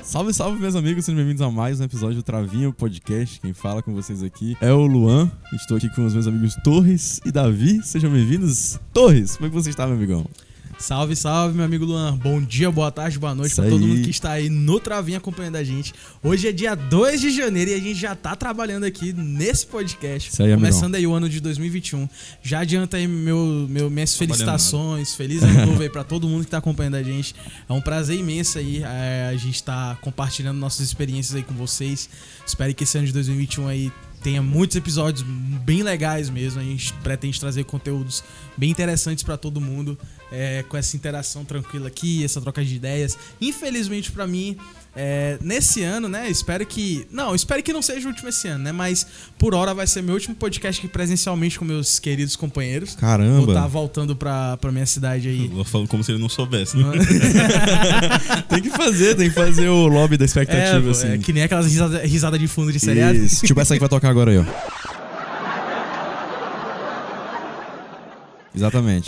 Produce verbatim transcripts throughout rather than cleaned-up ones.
Salve, salve, meus amigos, sejam bem-vindos a mais um episódio do Travinha Podcast. Quem fala com vocês aqui é o Luan. Estou aqui com os meus amigos Torres e Davi. Sejam bem-vindos. Torres, como é que você está, meu amigão? Salve, salve, meu amigo Luan. Bom dia, boa tarde, boa noite pra todo mundo que está aí no Travinha acompanhando a gente. Hoje é dia dois de janeiro e a gente já tá trabalhando aqui nesse podcast. Isso aí, começando amigão. aí o ano de dois mil e vinte e um. Já adianta aí meu, meu, minhas felicitações. Feliz ano novo aí pra todo mundo que tá acompanhando a gente. É um prazer imenso aí é, a gente tá compartilhando nossas experiências aí com vocês. Espero que esse ano de dois mil e vinte e um aí tenha muitos episódios bem legais mesmo. A gente pretende trazer conteúdos bem interessantes pra todo mundo, é, com essa interação tranquila aqui, essa troca de ideias. Infelizmente pra mim, é, nesse ano, né, espero que... Não, espero que não seja o último esse ano, né, mas por hora vai ser meu último podcast aqui presencialmente com meus queridos companheiros. Caramba! Vou estar voltando pra, pra minha cidade aí. Eu falo como se ele não soubesse, né? Tem que fazer, tem que fazer o lobby da expectativa, É, assim. é que nem aquelas risadas risada de fundo de seriado. Isso, tipo essa aí que vai tocar agora aí, ó. Exatamente.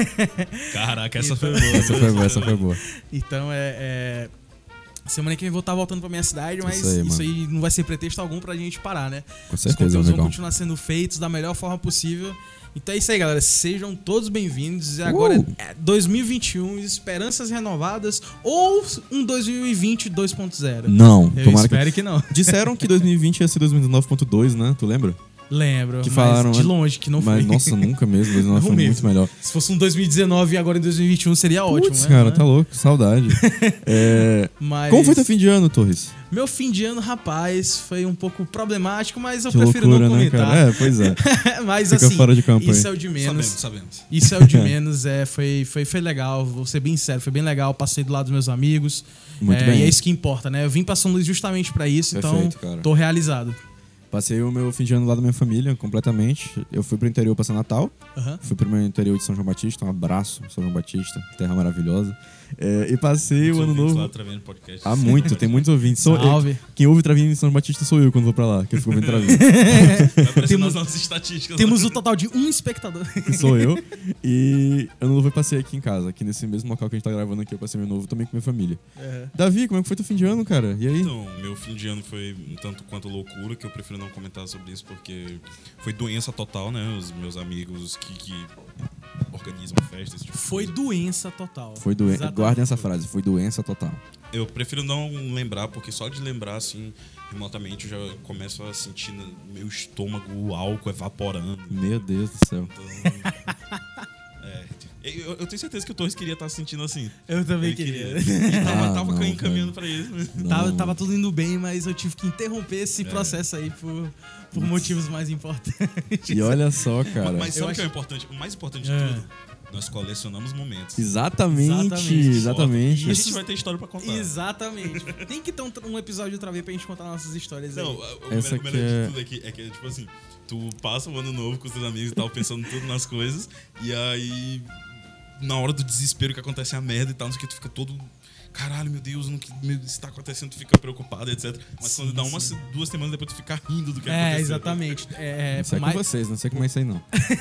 Caraca, essa Então- foi boa. Essa foi boa, essa foi boa. Então é, é... Semana que vem eu vou estar voltando pra minha cidade, mas Isso aí, isso mano. aí não vai ser pretexto algum pra gente parar, né? Com Os certeza, conteúdos vão amigão. continuar sendo feitos da melhor forma possível. Então é isso aí, galera. Sejam todos bem-vindos. E agora Uh! é dois mil e vinte e um, esperanças renovadas ou um dois mil e vinte dois ponto zero. Não, Eu tomara que... espero que... não. Disseram que dois mil e vinte ia ser dois mil e dezenove ponto dois, né? Tu lembra? Lembro, Que mas falaram, de longe que não Mas, foi. nossa, nunca mesmo. dois mil e dezenove Não foi mesmo. muito melhor. Se fosse um dois mil e dezenove e agora em dois mil e vinte e um seria ótimo, Putz, né? cara, Mas- tá louco, saudade. É, Mas... Como foi teu fim de ano, Torres? Meu fim de ano, rapaz, foi um pouco problemático, mas eu Que prefiro loucura, não né, comentar. cara? É, pois é. Mas Fica assim, fora de campo isso aí. é o de menos. Sabemos, sabemos. Isso é o de menos, é, foi, foi, foi legal, vou ser bem sério, foi bem legal, passei do lado dos meus amigos. Muito é, bem. E é isso que importa, né? Eu vim pra São Luís justamente pra isso, Perfeito, então cara. tô realizado. Passei o meu fim de ano lá da minha família, completamente. Eu fui pro interior passar Natal. Aham. Fui pro meu interior de São João Batista. Um abraço, São João Batista. Terra maravilhosa. É, e passei o ano novo... Travendo podcast. Há muito, tem muitos ouvintes. Sou eu- Salve. Quem ouve Travinho em São João Batista sou eu quando vou pra lá, que eu fico ouvindo Travinho. Vai aparecer Temos- nas nossas estatísticas. Temos o total de um espectador. que sou eu. E ano novo eu passei aqui em casa, aqui nesse mesmo local que a gente tá gravando aqui, eu passei meu novo também com minha família. É. Davi, como é que foi teu fim de ano, cara? E aí? Então, meu fim de ano foi um tanto quanto loucura, que eu prefiro não comentar sobre isso, porque foi doença total, né? Os meus amigos que, que organizam festas, esse tipo de Foi coisa. doença total. Foi doença. Exatamente. Guardem essa frase, foi doença total. Eu prefiro não lembrar, porque só de lembrar, assim, remotamente, eu já começo a sentir no meu estômago o álcool evaporando. Meu Deus do céu. Então, é, eu, eu tenho certeza que o Torres queria estar se sentindo assim. Eu também Ele queria. Ele tava, Ah, tava não, encaminhando pra isso, né? Tava, Não. tava tudo indo bem, mas eu tive que interromper esse É. processo aí por, por motivos mais importantes. E olha só, cara. Mas Eu sabe o que é o acho- importante? O mais importante de É. tudo? Nós colecionamos momentos. Exatamente, Exatamente. exatamente. E a gente vai ter história pra contar. Exatamente. Tem que ter um, um episódio outra vez pra gente contar nossas histórias aí. Não, o, o Essa melhor, o aqui melhor é- de tudo é que, é que, tipo assim, tu passa um ano novo com os teus amigos e tal, pensando tudo nas coisas, e aí, na hora do desespero que acontece a merda e tal, não sei o que, tu fica todo... Caralho, meu Deus, não, meu, isso tá acontecendo, tu fica preocupado, etcétera. Mas Sim, quando dá uma, sim. duas semanas depois, tu fica rindo do que É, aconteceu. exatamente. É, Isso é por, com mais, vocês, não sei como é isso aí não.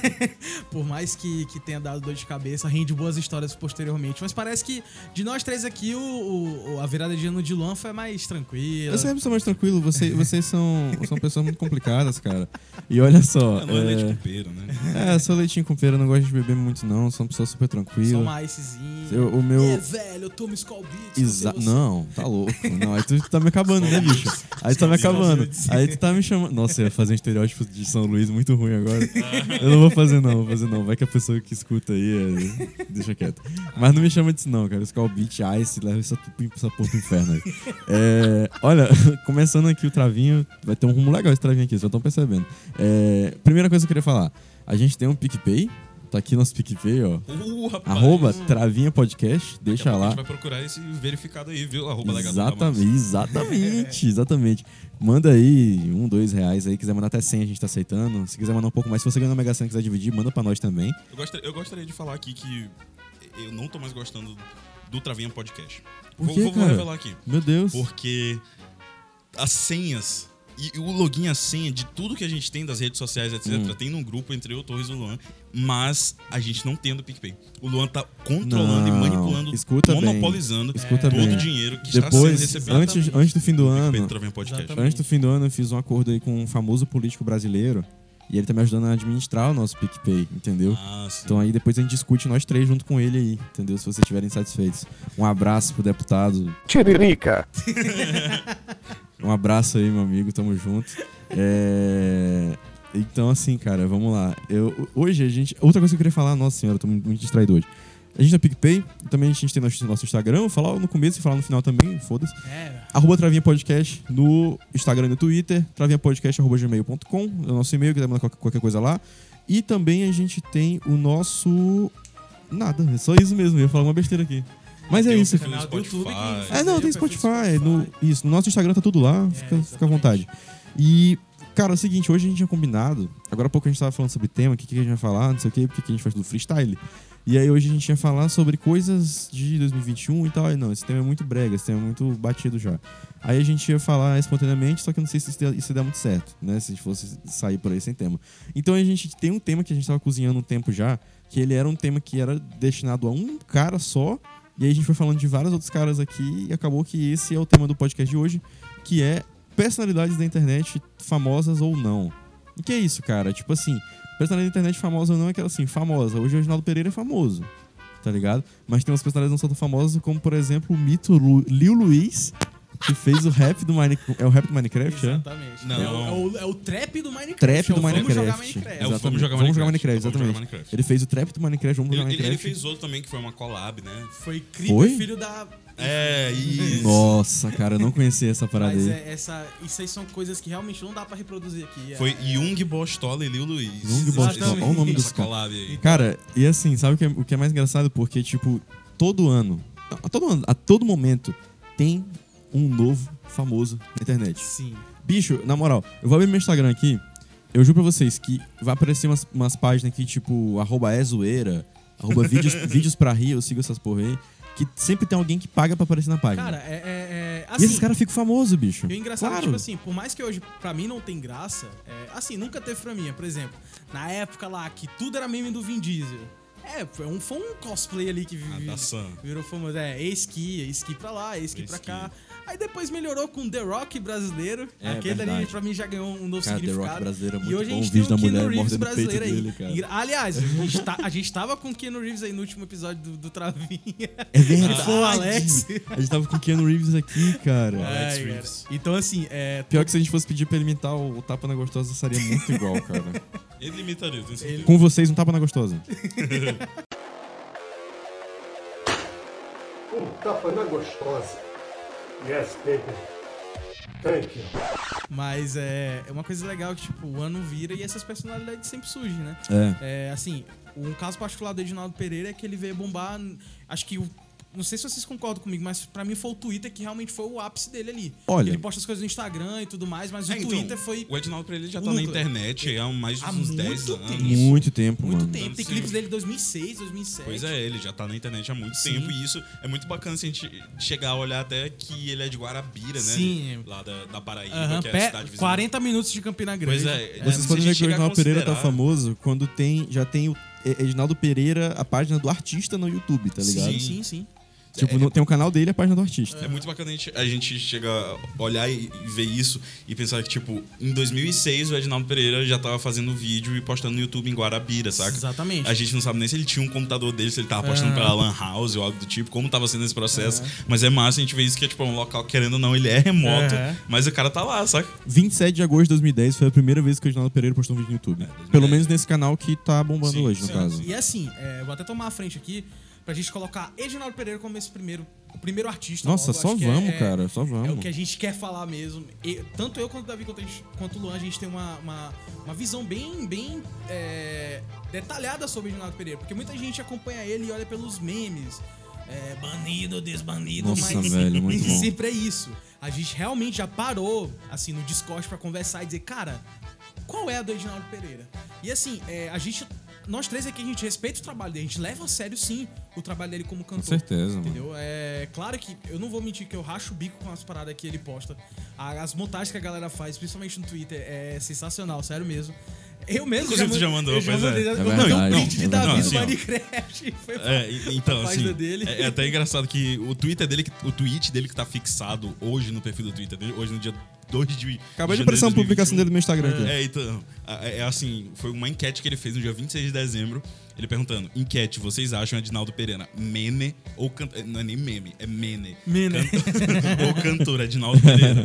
por mais que, que tenha dado dor de cabeça, rende boas histórias posteriormente. Mas parece que de nós três aqui, o, o- a virada de ano de Luan foi mais tranquila. Eu sempre sou mais tranquilo, vocês, vocês são, são pessoas muito complicadas, cara. E olha só. Ah, não é, é, leite com pera, né? É, sou leitinho com pera, não gosto de beber muito não, sou uma pessoa super Só tranquila. mais icezinho. Eu- o meu- É, velho, eu tomo Skull Beats. Exa você- não, tá louco. Não, aí tu tá me acabando, né, bicho? Aí tu tá me acabando. Aí tu tá me chamando. Nossa, eu ia fazer um estereótipo de São Luís muito ruim agora. Eu não vou fazer, não, vou fazer não. Vai que a pessoa que escuta aí é... deixa quieto. Mas não me chama disso, não, cara. Skull Beat, Ice, leva essa, essa porra pro inferno aí. É, olha, começando aqui o Travinho, vai ter um rumo legal esse Travinho aqui, vocês já estão percebendo. É, primeira coisa que eu queria falar: a gente tem um PicPay. Tá aqui nosso PicPay, ó. Uh, rapaz. Arroba Travinha Podcast, Daqui a deixa pouco A lá. gente vai procurar esse verificado aí, viu? Arroba legal. Exatamente, exatamente, exatamente. Manda aí um, dois reais aí. Quiser mandar até cem, a gente tá aceitando. Se quiser mandar um pouco mais, se você ganhar na Mega Sena e quiser dividir, manda pra nós também. Eu gostaria, eu gostaria de falar aqui que eu não tô mais gostando do Travinha Podcast. Por Vou, quê, vou, vou cara? revelar aqui. Meu Deus. Porque as senhas E o login e a senha de tudo que a gente tem das redes sociais, etcétera, Hum. tem num grupo entre eu, o Torres e o Luan, mas a gente não tem do PicPay. O Luan tá controlando Não, e manipulando, escuta bem, monopolizando escuta todo bem. o dinheiro que está sendo Depois, recebido antes, antes do fim do do PicPay ano, do Travinha Podcast. Exatamente. antes do fim do ano eu fiz um acordo aí com um famoso político brasileiro e ele tá me ajudando a administrar o nosso PicPay, entendeu? Ah, sim. Então aí depois a gente discute nós três junto com ele aí, entendeu? Se vocês estiverem satisfeitos. Um abraço pro deputado. Tiririca. Um abraço aí, meu amigo, tamo junto. É... Então, assim, cara, vamos lá. Eu, hoje a gente. Outra coisa que eu queria falar, nossa senhora, eu tô muito distraído hoje. A gente tem PicPay, também a gente tem nosso, nosso Instagram, vou falar no começo e falar no final também, foda-se. É, Arroba Travinha Podcast no Instagram e no Twitter, travinhapodcast arroba gmail ponto com, é o nosso e-mail, quiser mandar qualquer, qualquer coisa lá. E também a gente tem o nosso. Nada, é só isso mesmo, eu ia falar uma besteira aqui. Mas é Tem o isso. perfil do canal do YouTube Spotify. que- É, não, tem o perfil do Spotify. Spotify. No, isso, no nosso Instagram tá tudo lá, É, fica, fica à exatamente. vontade. E, cara, é o seguinte, hoje a gente tinha combinado, agora há pouco a gente tava falando sobre tema, o que, que a gente vai falar, não sei o que, porque que a gente faz do freestyle. E aí hoje a gente ia falar sobre coisas de dois mil e vinte e um e tal. E não, esse tema é muito brega, esse tema é muito batido já. Aí a gente ia falar espontaneamente, só que eu não sei se isso ia- isso ia dar muito certo, né? Se a gente fosse sair por aí sem tema. Então a gente tem um tema que a gente tava cozinhando um tempo já, que ele era um tema que era destinado a um cara só. E aí a gente foi falando de vários outros caras aqui e acabou que esse é o tema do podcast de hoje, que é personalidades da internet famosas ou não. O que é isso, cara? Tipo assim, personalidade da internet famosa ou não é aquela assim, famosa. Hoje o Reginaldo Pereira é famoso, tá ligado? Mas tem umas personalidades que não são tão famosas, como por exemplo o mito Lu- Lil Luiz, que fez o rap do Minecraft. É o rap do Minecraft, é? Exatamente. Não. É, o, é, o, é o trap do Minecraft. Trap é o do Vamos Minecraft. jogar Minecraft. É o Exatamente. Vamos Jogar Vamos jogar Minecraft. Minecraft, Vamos jogar exatamente. Minecraft. Ele fez o trap do Minecraft, vamos jogar Ele, ele, Minecraft. ele fez outro também, que foi uma collab, né? Foi Creeper, Foi? filho da... É, isso. Nossa, cara, eu não conhecia essa parada Mas aí. é, essa, isso aí são coisas que realmente não dá pra reproduzir aqui. É- Foi é, Jung Bostola e Lil Luiz. Jung Esse- Bostola, esse- olha o nome essa dos caras. collab aí. Cara, e assim, sabe o que é, o que é mais engraçado? Porque, tipo, todo ano, a todo ano, a todo momento, tem um novo famoso na internet. Sim. Bicho, na moral, eu vou abrir meu Instagram aqui, eu juro pra vocês que vai aparecer umas, umas páginas aqui, tipo, arroba é zoeira, arroba vídeos, vídeos pra rir, eu sigo essas porra aí, que sempre tem alguém que paga pra aparecer na página. Cara, é... é, é e assim, esses caras ficam famosos, bicho. E o engraçado é Claro. que, tipo assim, por mais que hoje pra mim não tem graça, é, assim, nunca teve pra mim. Por exemplo, na época lá que tudo era meme do Vin Diesel. É, foi um, foi um cosplay ali que vi- da Sam. virou famoso. É, esqui, esqui pra lá, esqui pra Esqui. cá. Aí depois melhorou com The Rock brasileiro. É, Aquele ali verdade. pra mim já ganhou um novo Cara, The Rock significado. brasileiro é e muito hoje bom. a O gente tem vídeo o da mulher Keanu Reeves mordendo o peito brasileiro aí. dele, cara. Engra- Aliás, a gente, tá, a gente tava com o Keanu Reeves aí no último episódio do, do Travinha. É verdade. Foi o Alex. A gente tava com o Keanu Reeves aqui, cara. É, Alex cara. Reeves. Então, assim, é. Pior que se a gente fosse pedir pra ele imitar o, o Tapa na Gostosa, seria muito igual, cara. Ele imitaria, eu tenho certeza. Com vocês, um Tapa na Gostosa. Um tapa na gostosa. Yes, baby. Thank you. Mas é, é uma coisa legal que, tipo, o ano vira e essas personalidades sempre surgem, né? É. É, assim, um caso particular do Reginaldo Pereira é que ele veio bombar. Acho que o. Não sei se vocês concordam comigo, mas pra mim foi o Twitter que realmente foi o ápice dele ali. Olha. Ele posta as coisas no Instagram e tudo mais, mas É, o então, Twitter foi. O Edinaldo Pereira já o tá na núcleo. internet há mais de Há uns muito dez tempo. anos. Muito tempo, Muito mano. tempo. Tem Sim. clipes dele de dois mil e seis, dois mil e sete. Pois é, ele já tá na internet há muito Sim. tempo e isso é muito bacana se a gente chegar a olhar até que ele é de Guarabira, né? Sim. Lá da, da Paraíba, Aham, que é a pé- cidade vizinha. quarenta minutos de Campina Grande. Pois é, Vocês se podem a ver gente que o chegar a Reginaldo Pereira tá considerar- famoso quando tem, já tem o Reginaldo Pereira, a página do artista no YouTube, tá ligado? Sim, sim, sim. Tipo, É, no- tem o canal dele e a página do artista. É muito bacana a gente, a gente chega a olhar e e ver isso e pensar que, tipo, em dois mil e seis o Edinaldo Pereira já tava fazendo vídeo e postando no YouTube em Guarabira, saca? Exatamente. A gente não sabe nem se ele tinha um computador dele, se ele tava postando É. pela Lan House ou algo do tipo, como tava sendo esse processo. Mas é massa a gente ver isso que é, tipo, um local, querendo ou não, ele é remoto, É. mas o cara tá lá, saca? vinte e sete de agosto de dois mil e dez foi a primeira vez que o Reginaldo Pereira postou um vídeo no YouTube. É, dois mil e dez. Pelo menos nesse canal que tá bombando Sim, hoje, no sim. caso. E assim, é, eu vou até tomar a frente aqui pra gente colocar Reginaldo Pereira como esse primeiro, o primeiro artista. Nossa, logo. só Acho que vamos, é, cara, só vamos. É o que a gente quer falar mesmo. E, tanto eu quanto o Davi, quanto, a gente- quanto o Luan, a gente tem uma, uma, uma visão bem, bem é, detalhada sobre o Reginaldo Pereira. Porque muita gente acompanha ele e olha pelos memes. É, banido, desbanido, Nossa, mas velho, muito bom. sempre é isso. A gente realmente já parou, assim, no Discord pra conversar e dizer, cara, qual é a do Reginaldo Pereira? E assim, é, a gente nós três aqui, a gente respeita o trabalho dele, a gente leva a sério, sim, o trabalho dele como cantor. Com certeza, entendeu? mano. É claro que eu não vou mentir que eu racho o bico com as paradas que ele posta. As montagens que a galera faz, principalmente no Twitter, é sensacional, sério mesmo. Eu mesmo Inclusive, tu já mandou, eu já pois é. mandei, É eu verdade, mandei um não, print de é Davi verdade. do Não, assim, Minecraft. Foi pra, É, e- então, pra página assim, dele. é, é até engraçado que o Twitter dele, que- o tweet dele que tá fixado hoje no perfil do Twitter dele, hoje no dia dois de Acabei de janeiro aparecer uma dois mil e vinte e um. publicação dele no meu Instagram aqui. É, então, é, é assim, foi uma enquete que ele fez no dia vinte e seis de dezembro, ele perguntando, enquete, vocês acham Edinaldo Pereira meme ou cantor? Não é nem meme, é mene. Mene. Ou cantor, Edinaldo Pereira.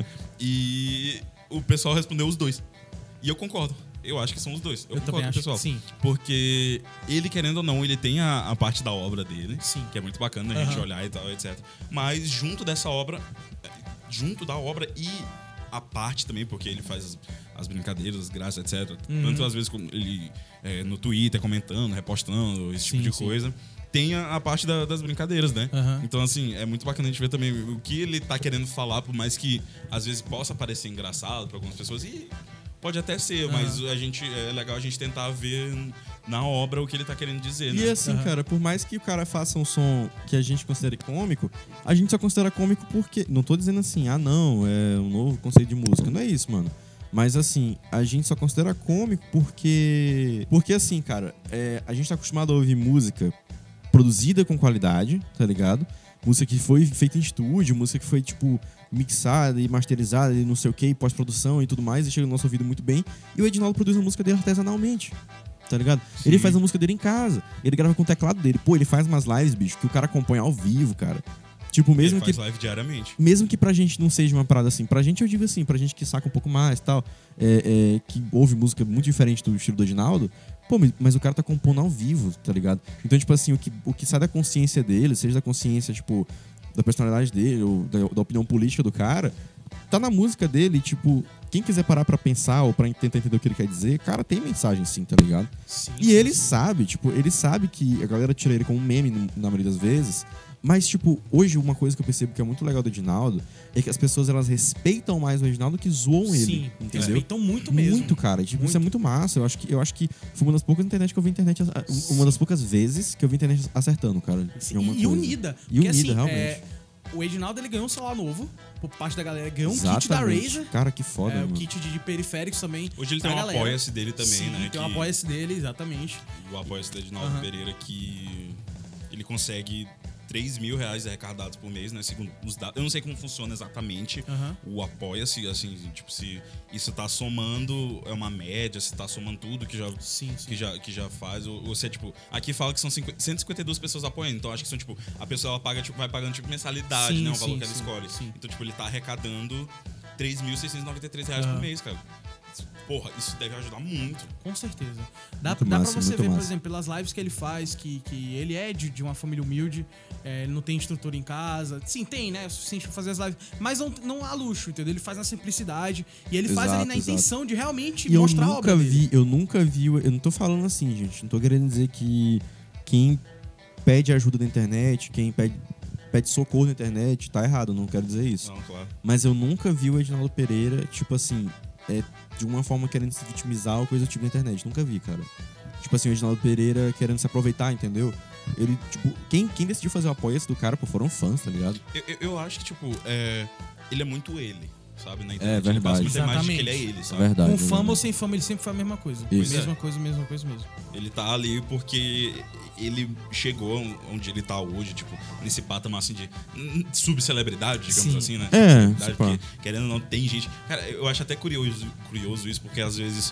E o pessoal respondeu os dois. E eu concordo. Eu acho que são os dois. Eu, Eu concordo também com o acho pessoal. que sim. Porque ele, querendo ou não, ele tem a, a parte da obra dele, Sim. que é muito bacana a gente Aham. olhar e tal, etcétera. Mas junto dessa obra, junto da obra e a parte também, porque ele faz as, as brincadeiras, as graças, etcétera. Uhum. Tanto às vezes como ele é, no Twitter comentando, repostando, esse tipo Sim, de sim. coisa. Tem a, a parte da- das brincadeiras, né? Aham. Então, assim, é muito bacana a gente ver também o que ele tá querendo falar, por mais que às vezes possa parecer engraçado pra algumas pessoas. E pode até ser, mas a gente, é legal a gente tentar ver na obra o que ele tá querendo dizer, E né? assim, Aham. cara, por mais que o cara faça um som que a gente considere cômico, a gente só considera cômico porque... Não tô dizendo assim, ah, não, é um novo conceito de música. Não é isso, mano. Mas assim, a gente só considera cômico porque... Porque assim, cara, é, a gente tá acostumado a ouvir música produzida com qualidade, tá ligado? Música que foi feita em estúdio, música que foi, tipo, mixada e masterizada e não sei o que, pós-produção e tudo mais, e chega no nosso ouvido muito bem. E o Edinaldo produz a música dele artesanalmente, tá ligado? Sim. Ele faz a música dele em casa, ele grava com o teclado dele. Pô, ele faz umas lives, bicho, que o cara acompanha ao vivo, cara. Tipo, mesmo ele que... faz live diariamente. Mesmo que pra gente não seja uma parada assim, pra gente eu digo assim, pra gente que saca um pouco mais e tal, é, é, que ouve música muito diferente do estilo do Edinaldo, pô, mas o cara tá compondo ao vivo, tá ligado? Então, tipo assim, o que, o que sai da consciência dele, seja da consciência, tipo, da personalidade dele, ou da, da opinião política do cara, tá na música dele, tipo, quem quiser parar pra pensar ou pra tentar entender o que ele quer dizer, cara, tem mensagem sim, tá ligado? Sim, E sim, ele sim. sabe, tipo, ele sabe que a galera tira ele como um meme no- na maioria das vezes, mas, tipo, hoje uma coisa que eu percebo que é muito legal do Edinaldo é que as pessoas, elas respeitam mais o Edinaldo que zoam ele, Sim, entendeu? respeitam muito mesmo. Muito, cara. Tipo, isso é muito massa. Eu acho que, eu acho que foi uma das poucas internet que eu vi internet... a- Uma das poucas vezes que eu vi internet acertando, cara. Sim, em alguma e, e coisa. unida. E Porque, unida, assim, realmente. é, o Edinaldo ele ganhou um celular novo, por parte da galera. Ganhou um kit da Exatamente. Razer. Cara, que foda, É, o mano. kit de, de periféricos também. Hoje ele pra tem um galera. apoia-se dele também, Sim, né? tem um que- apoia-se dele, exatamente. O apoia-se do Edinaldo Aham. Pereira, que ele consegue três mil reais arrecadados por mês, né? Segundo os dados. Eu não sei como funciona exatamente Aham. o apoia-se, assim, tipo, se isso tá somando, é uma média, se tá somando tudo que já, Sim, sim. que já, que já faz, ou, ou se é, tipo, aqui fala que são cinquenta cento e cinquenta e duas pessoas apoiando, então acho que são, tipo, a pessoa ela paga, tipo, vai pagando, tipo, mensalidade, Sim, né? O sim, valor que ela sim, escolhe. sim. Então, tipo, ele tá arrecadando três mil seiscentos e noventa e três reais Aham. por mês, cara. Porra, isso deve ajudar muito. Com certeza. Dá, Muito dá massa, pra você muito ver, por massa. exemplo, pelas lives que ele faz, que, que ele é de, de uma família humilde, é, ele não tem estrutura em casa. Sim, tem, né? É suficiente pra fazer as lives. Mas não, não há luxo, entendeu? Ele faz na simplicidade e ele faz Exato, ali na exato. intenção de realmente E eu mostrar a nunca obra dele. vi, eu nunca vi, eu não tô falando assim, gente, não tô querendo dizer que quem pede ajuda na internet, quem pede, pede socorro na internet, tá errado, eu não quero dizer isso. Não, claro. Mas eu nunca vi o Edinaldo Pereira, tipo assim, é, de uma forma querendo se vitimizar ou coisa do tipo na internet. Nunca vi, cara. Tipo assim, o Edinaldo Pereira querendo se aproveitar, entendeu? Ele, tipo, quem, quem decidiu fazer o apoio-se do cara, pô, foram fãs, tá ligado? Eu, eu, eu acho que, tipo, é, ele é muito ele, sabe? Na É, internet. Ele passa verdade. muita imagem de que ele é Exatamente. ele, sabe? Verdade. Com né, fama mano? ou sem fama, ele sempre faz a mesma coisa. Isso. Mesma É. coisa, mesma coisa mesmo. Ele tá ali porque ele chegou onde ele tá hoje, tipo, nesse patamar assim de hum, subcelebridade, digamos Sim. assim, né? É, Subcelebridade, se pá. porque, querendo ou não, tem gente. Cara, eu acho até curioso, curioso isso, porque às vezes.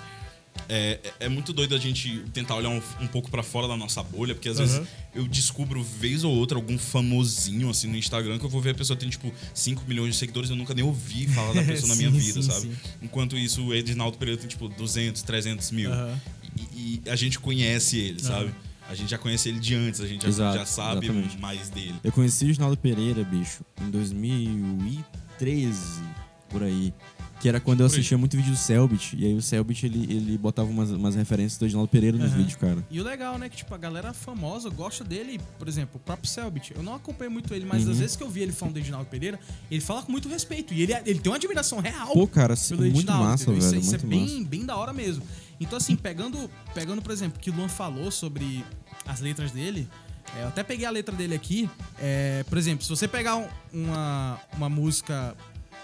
É, é muito doido a gente tentar olhar um, um pouco pra fora da nossa bolha, porque às Uhum. vezes eu descubro vez ou outra algum famosinho assim no Instagram que eu vou ver a pessoa tem tipo cinco milhões de seguidores, eu nunca nem ouvi falar da pessoa na minha Sim, vida, sim, sabe? sim. Enquanto isso, o Edinaldo Pereira tem tipo duzentos, trezentos mil. Aham. E, e a gente conhece ele, sabe? A gente já conhece ele de antes, a gente já, Exato, já sabe exatamente. mais dele. Eu conheci o Edinaldo Pereira, bicho, em dois mil e treze, por aí. Que era quando eu Por aí. assistia muito vídeo do Selbit. E aí o Selbit, ele, ele botava umas, umas referências do Edinaldo Pereira nos Aham. vídeos, cara. E o legal, né, que tipo, a galera famosa gosta dele, por exemplo, o próprio Selbit. Eu não acompanho muito ele, mas Uhum. às vezes que eu vi ele falando do Edinaldo Pereira, ele fala com muito respeito. E ele, ele tem uma admiração real Pô, cara, assim, pelo muito Edinaldo, massa, entendeu? velho. Isso, isso muito é massa. bem, bem da hora mesmo. Então, assim, pegando, pegando por exemplo, o que o Luan falou sobre as letras dele, é, eu até peguei a letra dele aqui. É, por exemplo, se você pegar um, uma, uma música...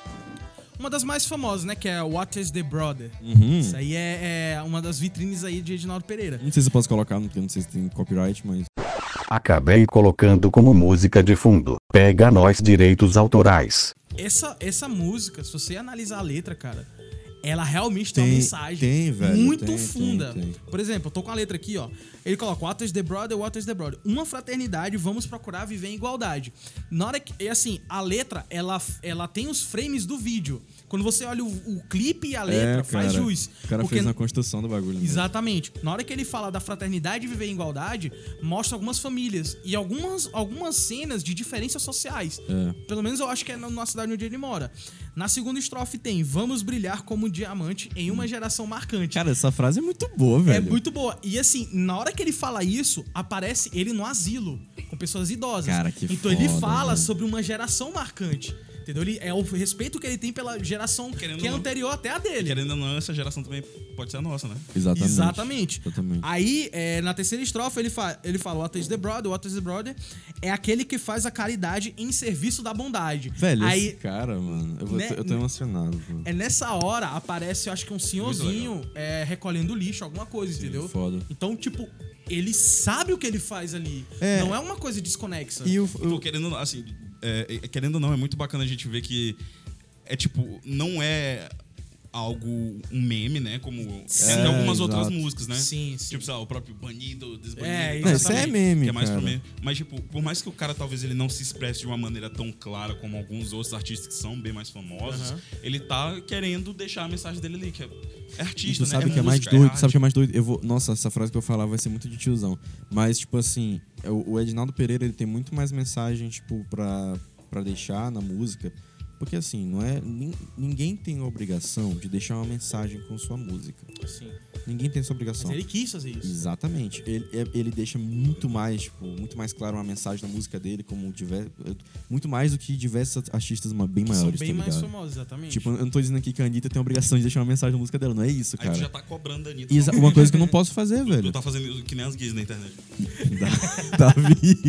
Uma das mais famosas, né? Que é What is the Brother. Uhum. Isso aí é, é uma das vitrines aí de Edinaldo Pereira. Não sei se eu posso colocar, porque eu não sei se tem copyright, mas... Acabei colocando como música de fundo. Pega nós direitos autorais. Essa, essa música, se você analisar a letra, cara, ela realmente tem, Tem- uma mensagem tem, velho, muito tem, funda. tem, tem. Por exemplo, eu tô com a letra aqui, ó. Ele coloca What is the brother, what is the brother. Uma fraternidade, vamos procurar viver em igualdade. Na hora que... E assim, a letra, ela, ela tem os frames do vídeo. Quando você olha o, o clipe e a letra, É, faz cara, jus. O cara Porque- fez na construção do bagulho. né? Exatamente. Na hora que ele fala da fraternidade e viver em igualdade, mostra algumas famílias e algumas, algumas cenas de diferenças sociais. É. Pelo menos eu acho que é na, na cidade onde ele mora. Na segunda estrofe tem: vamos brilhar como diamante em uma geração marcante. Cara, essa frase é muito boa, velho. É muito boa. E assim, na hora que ele fala isso, aparece ele no asilo, com pessoas idosas. Cara, que então ele foda, fala velho. sobre uma geração marcante. Entendeu? Ele, é o respeito que ele tem pela geração Querendo que é ou não. anterior até a dele. Querendo ou não, essa geração também pode ser a nossa, né? Exatamente. Exatamente. Exatamente. Aí, é, na terceira estrofe, ele, fa ele fala: What is the brother? What is the brother? É aquele que faz a caridade em serviço da bondade. Velho, Aí, esse cara, mano, eu, vou, né, eu tô emocionado. Mano. é nessa hora aparece, eu acho que um senhorzinho é, recolhendo lixo, alguma coisa, entendeu? foda. Então, tipo, ele sabe o que ele faz ali. É. Não é uma coisa desconexa. E o, Então, o- querendo, assim, é, é, querendo ou não, é muito bacana a gente ver que é tipo, não é algo, um meme, né? Como Sim. tem algumas É, outras exato. músicas, né? Sim, sim. Tipo, sei lá, o próprio banido, desbanido. É, e tal, Não, isso é também, meme, que é mais cara. pro meme. Mas, tipo, por mais que o cara talvez ele não se expresse de uma maneira tão clara como alguns outros artistas que são bem mais famosos, Aham. ele tá querendo deixar a mensagem dele ali, que é, é E artista, tu né? sabe o que é mais música, doido? arte. Sabe o que é mais doido? Eu vou... Nossa, essa frase que eu falar vai ser muito de tiozão. Mas, tipo assim, o o Edinaldo Pereira, ele tem muito mais mensagem, tipo, pra, pra deixar na música. Porque, assim, não é... nin- Ninguém tem a obrigação de deixar uma mensagem com sua música. Sim. Ninguém tem essa Mas obrigação. ele quis fazer isso. Exatamente. Ele, é- ele deixa muito mais, tipo, muito mais claro uma mensagem na música dele, como diver... muito mais do que diversos artistas ma- bem São maiores, bem tá mais ligado? famosos, exatamente. Tipo, eu não tô dizendo aqui que a Anitta tem a obrigação de deixar uma mensagem na música dela, não é isso, Aí cara. tu já tá cobrando a Anitta. Exa- uma coisa que eu não posso fazer, Tu velho. tá fazendo que nem as gays na internet. Da- Davi.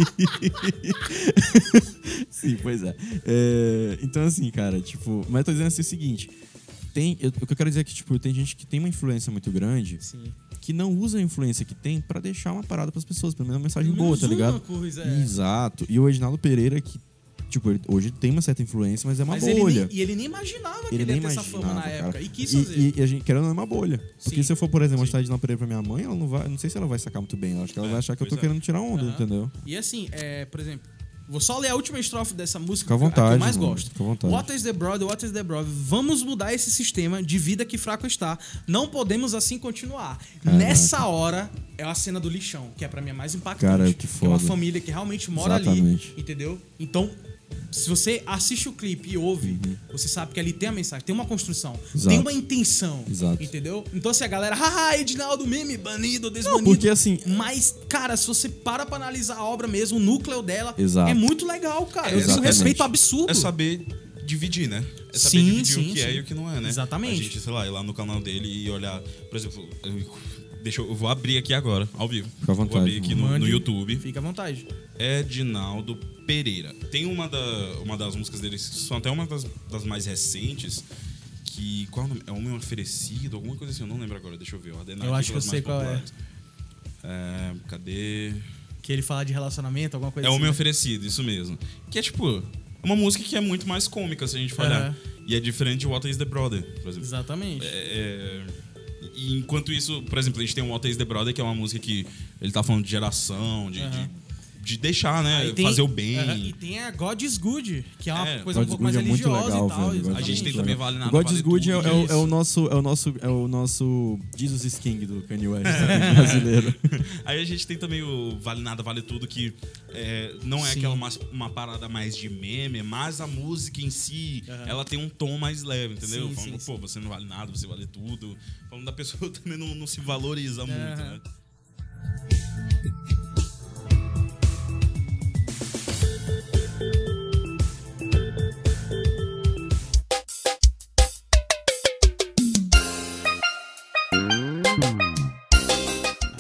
Sim, pois é. É, Então, assim, cara, tipo... Mas eu tô dizendo assim o seguinte. Tem, eu- o que eu quero dizer é que, tipo, tem gente que tem uma influência muito grande Sim. que não usa a influência que tem pra deixar uma parada pras pessoas, pelo menos uma mensagem boa, Menos tá ligado? uma coisa, é. Exato. E o Edinaldo Pereira, que, tipo, ele- hoje tem uma certa influência, mas é uma Mas ele bolha. nem, e ele nem imaginava que Ele ele nem ia ter essa fama imaginava, na cara. época. E quis E, fazer. e- e a gente, querendo ou não, é uma bolha. Porque Sim. se eu for, por exemplo, Sim. mostrar Edinaldo Pereira pra minha mãe, ela não vai... Não sei se ela vai sacar muito bem. Eu acho que ela É, vai achar que eu tô pois é. querendo tirar onda, Aham. entendeu? E assim, é, por exemplo, vou só ler a última estrofe dessa música Fica à que eu- a que eu vontade, mais mano. gosto. Fica à vontade. What is the brother, what is the brother? Vamos mudar esse sistema de vida que fraco está. Não podemos assim continuar. Caraca. Nessa hora é a cena do lixão, que é pra mim a mais impactante. Cara, que é uma foda. família que realmente mora Exatamente. ali, entendeu? Então, se você assiste o clipe e ouve, você sabe que ali tem a mensagem, tem uma construção, Uhum. Exato. tem uma intenção, Exato. entendeu? Então se a galera, haha, Edinaldo meme, banido, desbanido. porque, assim- Mas, cara, se você para pra analisar a obra mesmo, o núcleo dela, Exato. é muito legal, cara. Eu tenho um Exatamente. respeito absurdo. É saber dividir, né? É saber Sim, dividir sim, o que é sim. e o que não é, né? Exatamente. A gente, sei lá, ir lá no canal dele e olhar, por exemplo, eu, deixa eu, eu vou abrir aqui agora, ao vivo. Fica à vontade, Vou abrir aqui no, Mande. no YouTube. Fica à vontade. Edinaldo Pereira. Tem uma, da, uma das músicas dele, que são até uma das, das mais recentes, que. Qual é o nome? É Homem Oferecido, alguma coisa assim, eu não lembro agora, deixa eu ver. ordenar Eu aqui acho que eu pelas sei mais qual é. populares. É, cadê? Que ele fala de relacionamento, alguma coisa É assim. Homem né? Oferecido, isso mesmo. Que é tipo, uma música que é muito mais cômica, se a gente for olhar. Aham. E é diferente de What is the Brother, por exemplo. Exatamente. É, e enquanto isso, por exemplo, a gente tem o What is the Brother, que é uma música que ele tá falando de geração, de, Aham. de, de deixar, né? Aí tem- fazer o bem. Aham, e tem a God is Good, que é uma É, coisa um God pouco is mais Good é muito religiosa legal, e tal. velho. God A is gente exatamente. tem muito também legal. Vale Nada, O God Vale is Good é, Tudo, é o, isso. é o nosso, é o nosso, é o nosso Jesus is King do Kanye West né, brasileiro. Aí a gente tem também o Vale Nada, Vale Tudo, que é, não é Sim. aquela uma, uma parada mais de meme, mas a música em si, Aham. ela tem um tom mais leve, entendeu? Sim, Falando, sim, pô, você não vale nada, você vale tudo. Falando da pessoa também não, não se valoriza muito, Aham. né?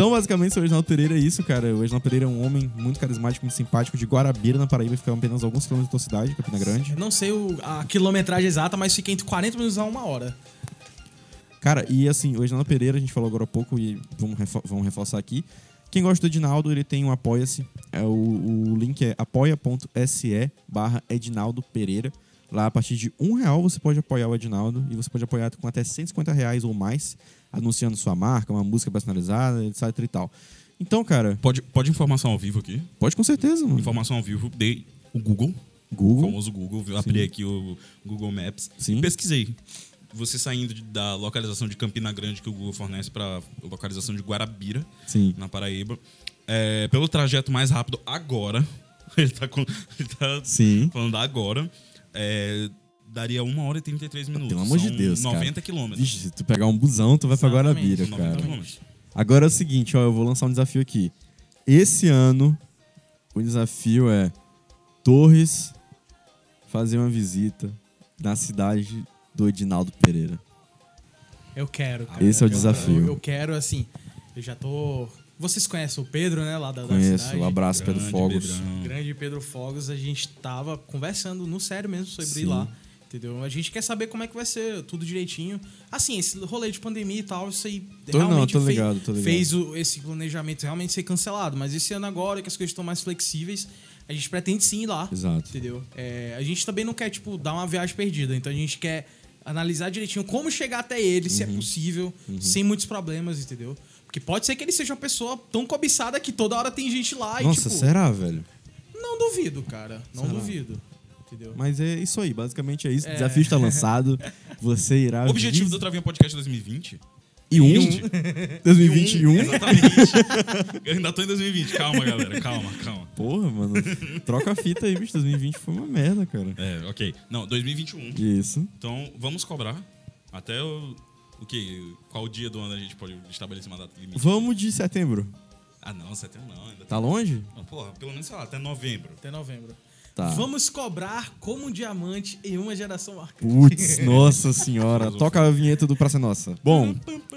Então, basicamente, o Reginaldo Pereira é isso, cara. O Reginaldo Pereira é um homem muito carismático, muito simpático, de Guarabira, na Paraíba, fica apenas alguns quilômetros da tua cidade, Campina Grande. Eu não sei o- a quilometragem exata, mas fica entre quarenta minutos a uma hora. Cara, e assim, o Reginaldo Pereira, a gente falou agora há pouco e vamos, refo- vamos reforçar aqui. Quem gosta do Edinaldo, ele tem um Apoia-se. É, o, o link é apoia.se barra Edinaldo Pereira. Lá, a partir de um real, você pode apoiar o Edinaldo e você pode apoiar com até cento e cinquenta reais ou mais, anunciando sua marca, uma música personalizada, etc e tal. Então, cara, Pode, pode informação ao vivo aqui. pode com certeza, mano. Informação ao vivo, dei o Google. O Google. famoso Google. Eu abri aqui o Google Maps. Sim. Pesquisei. Você saindo de- da localização de Campina Grande que o Google fornece para localização de Guarabira, Sim. na Paraíba. É, pelo trajeto mais rápido agora, ele tá, com, ele tá Sim. falando agora, é, daria uma hora e trinta e três minutos. Pelo amor de São Deus, cara. noventa quilômetros. Vixe, se tu pegar um busão, tu vai pra Exatamente, Guarabira, noventa cara. quilômetros. Agora é o seguinte, ó, eu vou lançar um desafio aqui. Esse ano, o desafio é Torres fazer uma visita na cidade do Edinaldo Pereira. Eu quero, cara. Esse é o Eu- desafio. Eu, eu quero, assim, eu já tô... Vocês conhecem o Pedro, né, lá da, da Conheço, cidade? um abraço, Pedro Grande Fogos. Pedrão. Grande Pedro Fogos, a gente tava conversando no sério mesmo sobre Sim. ir lá, entendeu? A gente quer saber como é que vai ser tudo direitinho. Assim, esse rolê de pandemia e tal, isso aí Tô- não, realmente tô fei- ligado, tô ligado. fez o- esse planejamento realmente ser cancelado. Mas esse ano agora, que as coisas estão mais flexíveis, a gente pretende sim ir lá, Exato. entendeu? É, a gente também não quer, tipo, dar uma viagem perdida, então a gente quer analisar direitinho como chegar até ele, se é Uhum. possível, sem muitos problemas, entendeu? Porque pode ser que ele seja uma pessoa tão cobiçada que toda hora tem gente lá Nossa, e, tipo... será, velho? Não duvido, cara. Não Será? duvido. Entendeu? Mas é isso aí, basicamente é isso. O desafio está lançado. Você irá... O objetivo vis- do Travinha Podcast dois mil e vinte? E um? dois mil e vinte e um? Exatamente. Eu ainda tô em dois mil e vinte. Calma, galera. Calma, calma. Porra, mano. Troca a fita aí, bicho. dois mil e vinte foi uma merda, cara. É, ok. Não, dois mil e vinte e um. Isso. Então, vamos cobrar até o... O quê? Qual dia do ano a gente pode estabelecer uma data limite? Vamos de setembro. Ah, não, setembro não. Ainda Tá longe? Não, porra, pelo menos, sei lá, até novembro. Até novembro. Tá. Vamos cobrar como um diamante em uma geração marcante. Putz, nossa senhora. Toca a vinheta do Praça Nossa. Bom,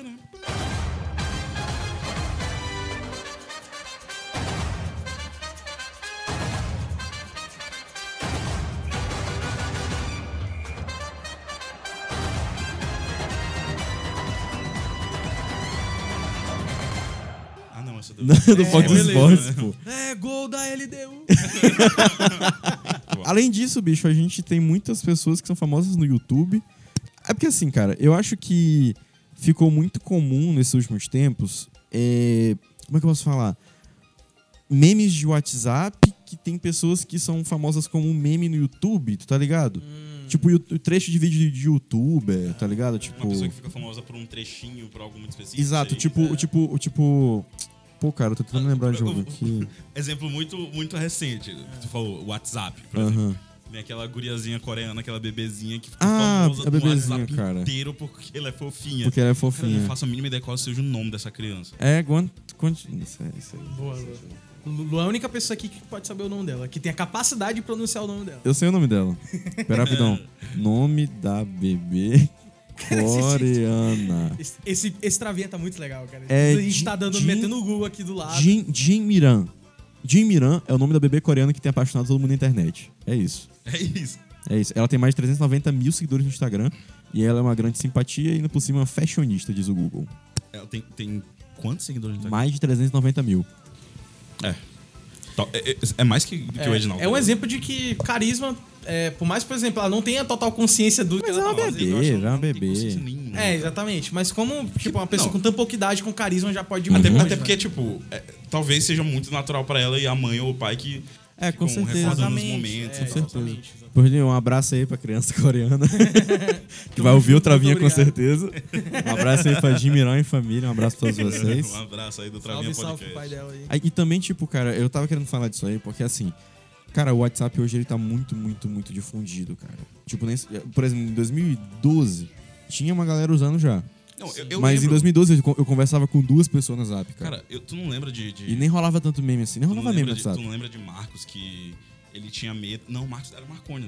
Ah, não, essa do... do Fox beleza, Sports, pô. É, gol da L D U. Além disso, bicho, a gente tem muitas pessoas que são famosas no YouTube. É porque assim, cara, eu acho que ficou muito comum nesses últimos tempos. é, Como é que eu posso falar? Memes de WhatsApp que tem pessoas que são famosas como um meme no YouTube, tu tá ligado? Tipo, o trecho de vídeo de youtuber, tá ligado? Tipo. Uma pessoa que fica famosa por um trechinho, por algo muito específico. Exato, sei. tipo, o tipo, o tipo. Pô, cara, eu tô tentando lembrar de jogo aqui. Exemplo muito, muito recente. Tu falou WhatsApp, por Aham. exemplo. Tem aquela guriazinha coreana, aquela bebezinha que ficou Ah, famosa a no bebezinha, WhatsApp cara. inteiro porque ela é fofinha. Porque ela é Cara, eu fofinha. não faço a mínima ideia qual seja o nome dessa criança. É, quanto. quanto isso aí, isso aí. Boa, boa. Lu é a única pessoa aqui que pode saber o nome dela, que tem a capacidade de pronunciar o nome dela. Eu sei o nome dela. Pera rapidão. Nome da bebê coreana. Esse, esse, esse travinha tá muito legal, cara. É a gente tá dando, Jin- metendo o Google aqui do lado. Jin, Jin Miran. Jin Miran é o nome da bebê coreana que tem apaixonado todo mundo na internet. É isso. É isso. É isso. Ela tem mais de trezentos e noventa mil seguidores no Instagram. E ela é uma grande simpatia e ainda por cima fashionista, diz o Google. Ela tem, tem quantos seguidores no Instagram? Mais de trezentos e noventa mil. É. Tá, É, é- é mais que, que É, o Edinaldo. é um exemplo de que carisma, é, por mais, por exemplo, ela não tenha total consciência do que Mas ela é uma tá Mas fazendo. bebê, eu acho que já é uma não tem bebê. consciência nenhuma. É, exatamente. Mas como, tipo, uma pessoa não. com tão pouca idade, com carisma, já pode Até, muito, até né? porque, tipo, é, talvez seja muito natural pra ela e a mãe ou o pai que É, com ficam certeza. recordando os Exatamente, momentos. é, e tal. exatamente, exatamente. Por um abraço aí pra criança coreana. que vai ouvir o junto, Travinha muito com obrigado. certeza. Um abraço aí pra Jim Miran e família. Um abraço pra todos vocês. Um abraço aí do Travinha Salve, salve pro pai Podcast. dela aí. Aí, e também, tipo, cara, eu tava querendo falar disso aí, porque assim, cara, o WhatsApp hoje ele tá muito, muito, muito difundido, cara. Tipo, nesse, por exemplo, em dois mil e doze, tinha uma galera usando já. Não, eu, eu Mas lembro, em dois mil e doze eu, con- eu conversava com duas pessoas no Zap, cara. Cara, eu- tu não lembra de... de E nem rolava tanto meme assim, nem tu, não rolava meme lembra no de, tu WhatsApp. não lembra de Marcos que ele tinha medo... Não, Marcos era Marconi, né?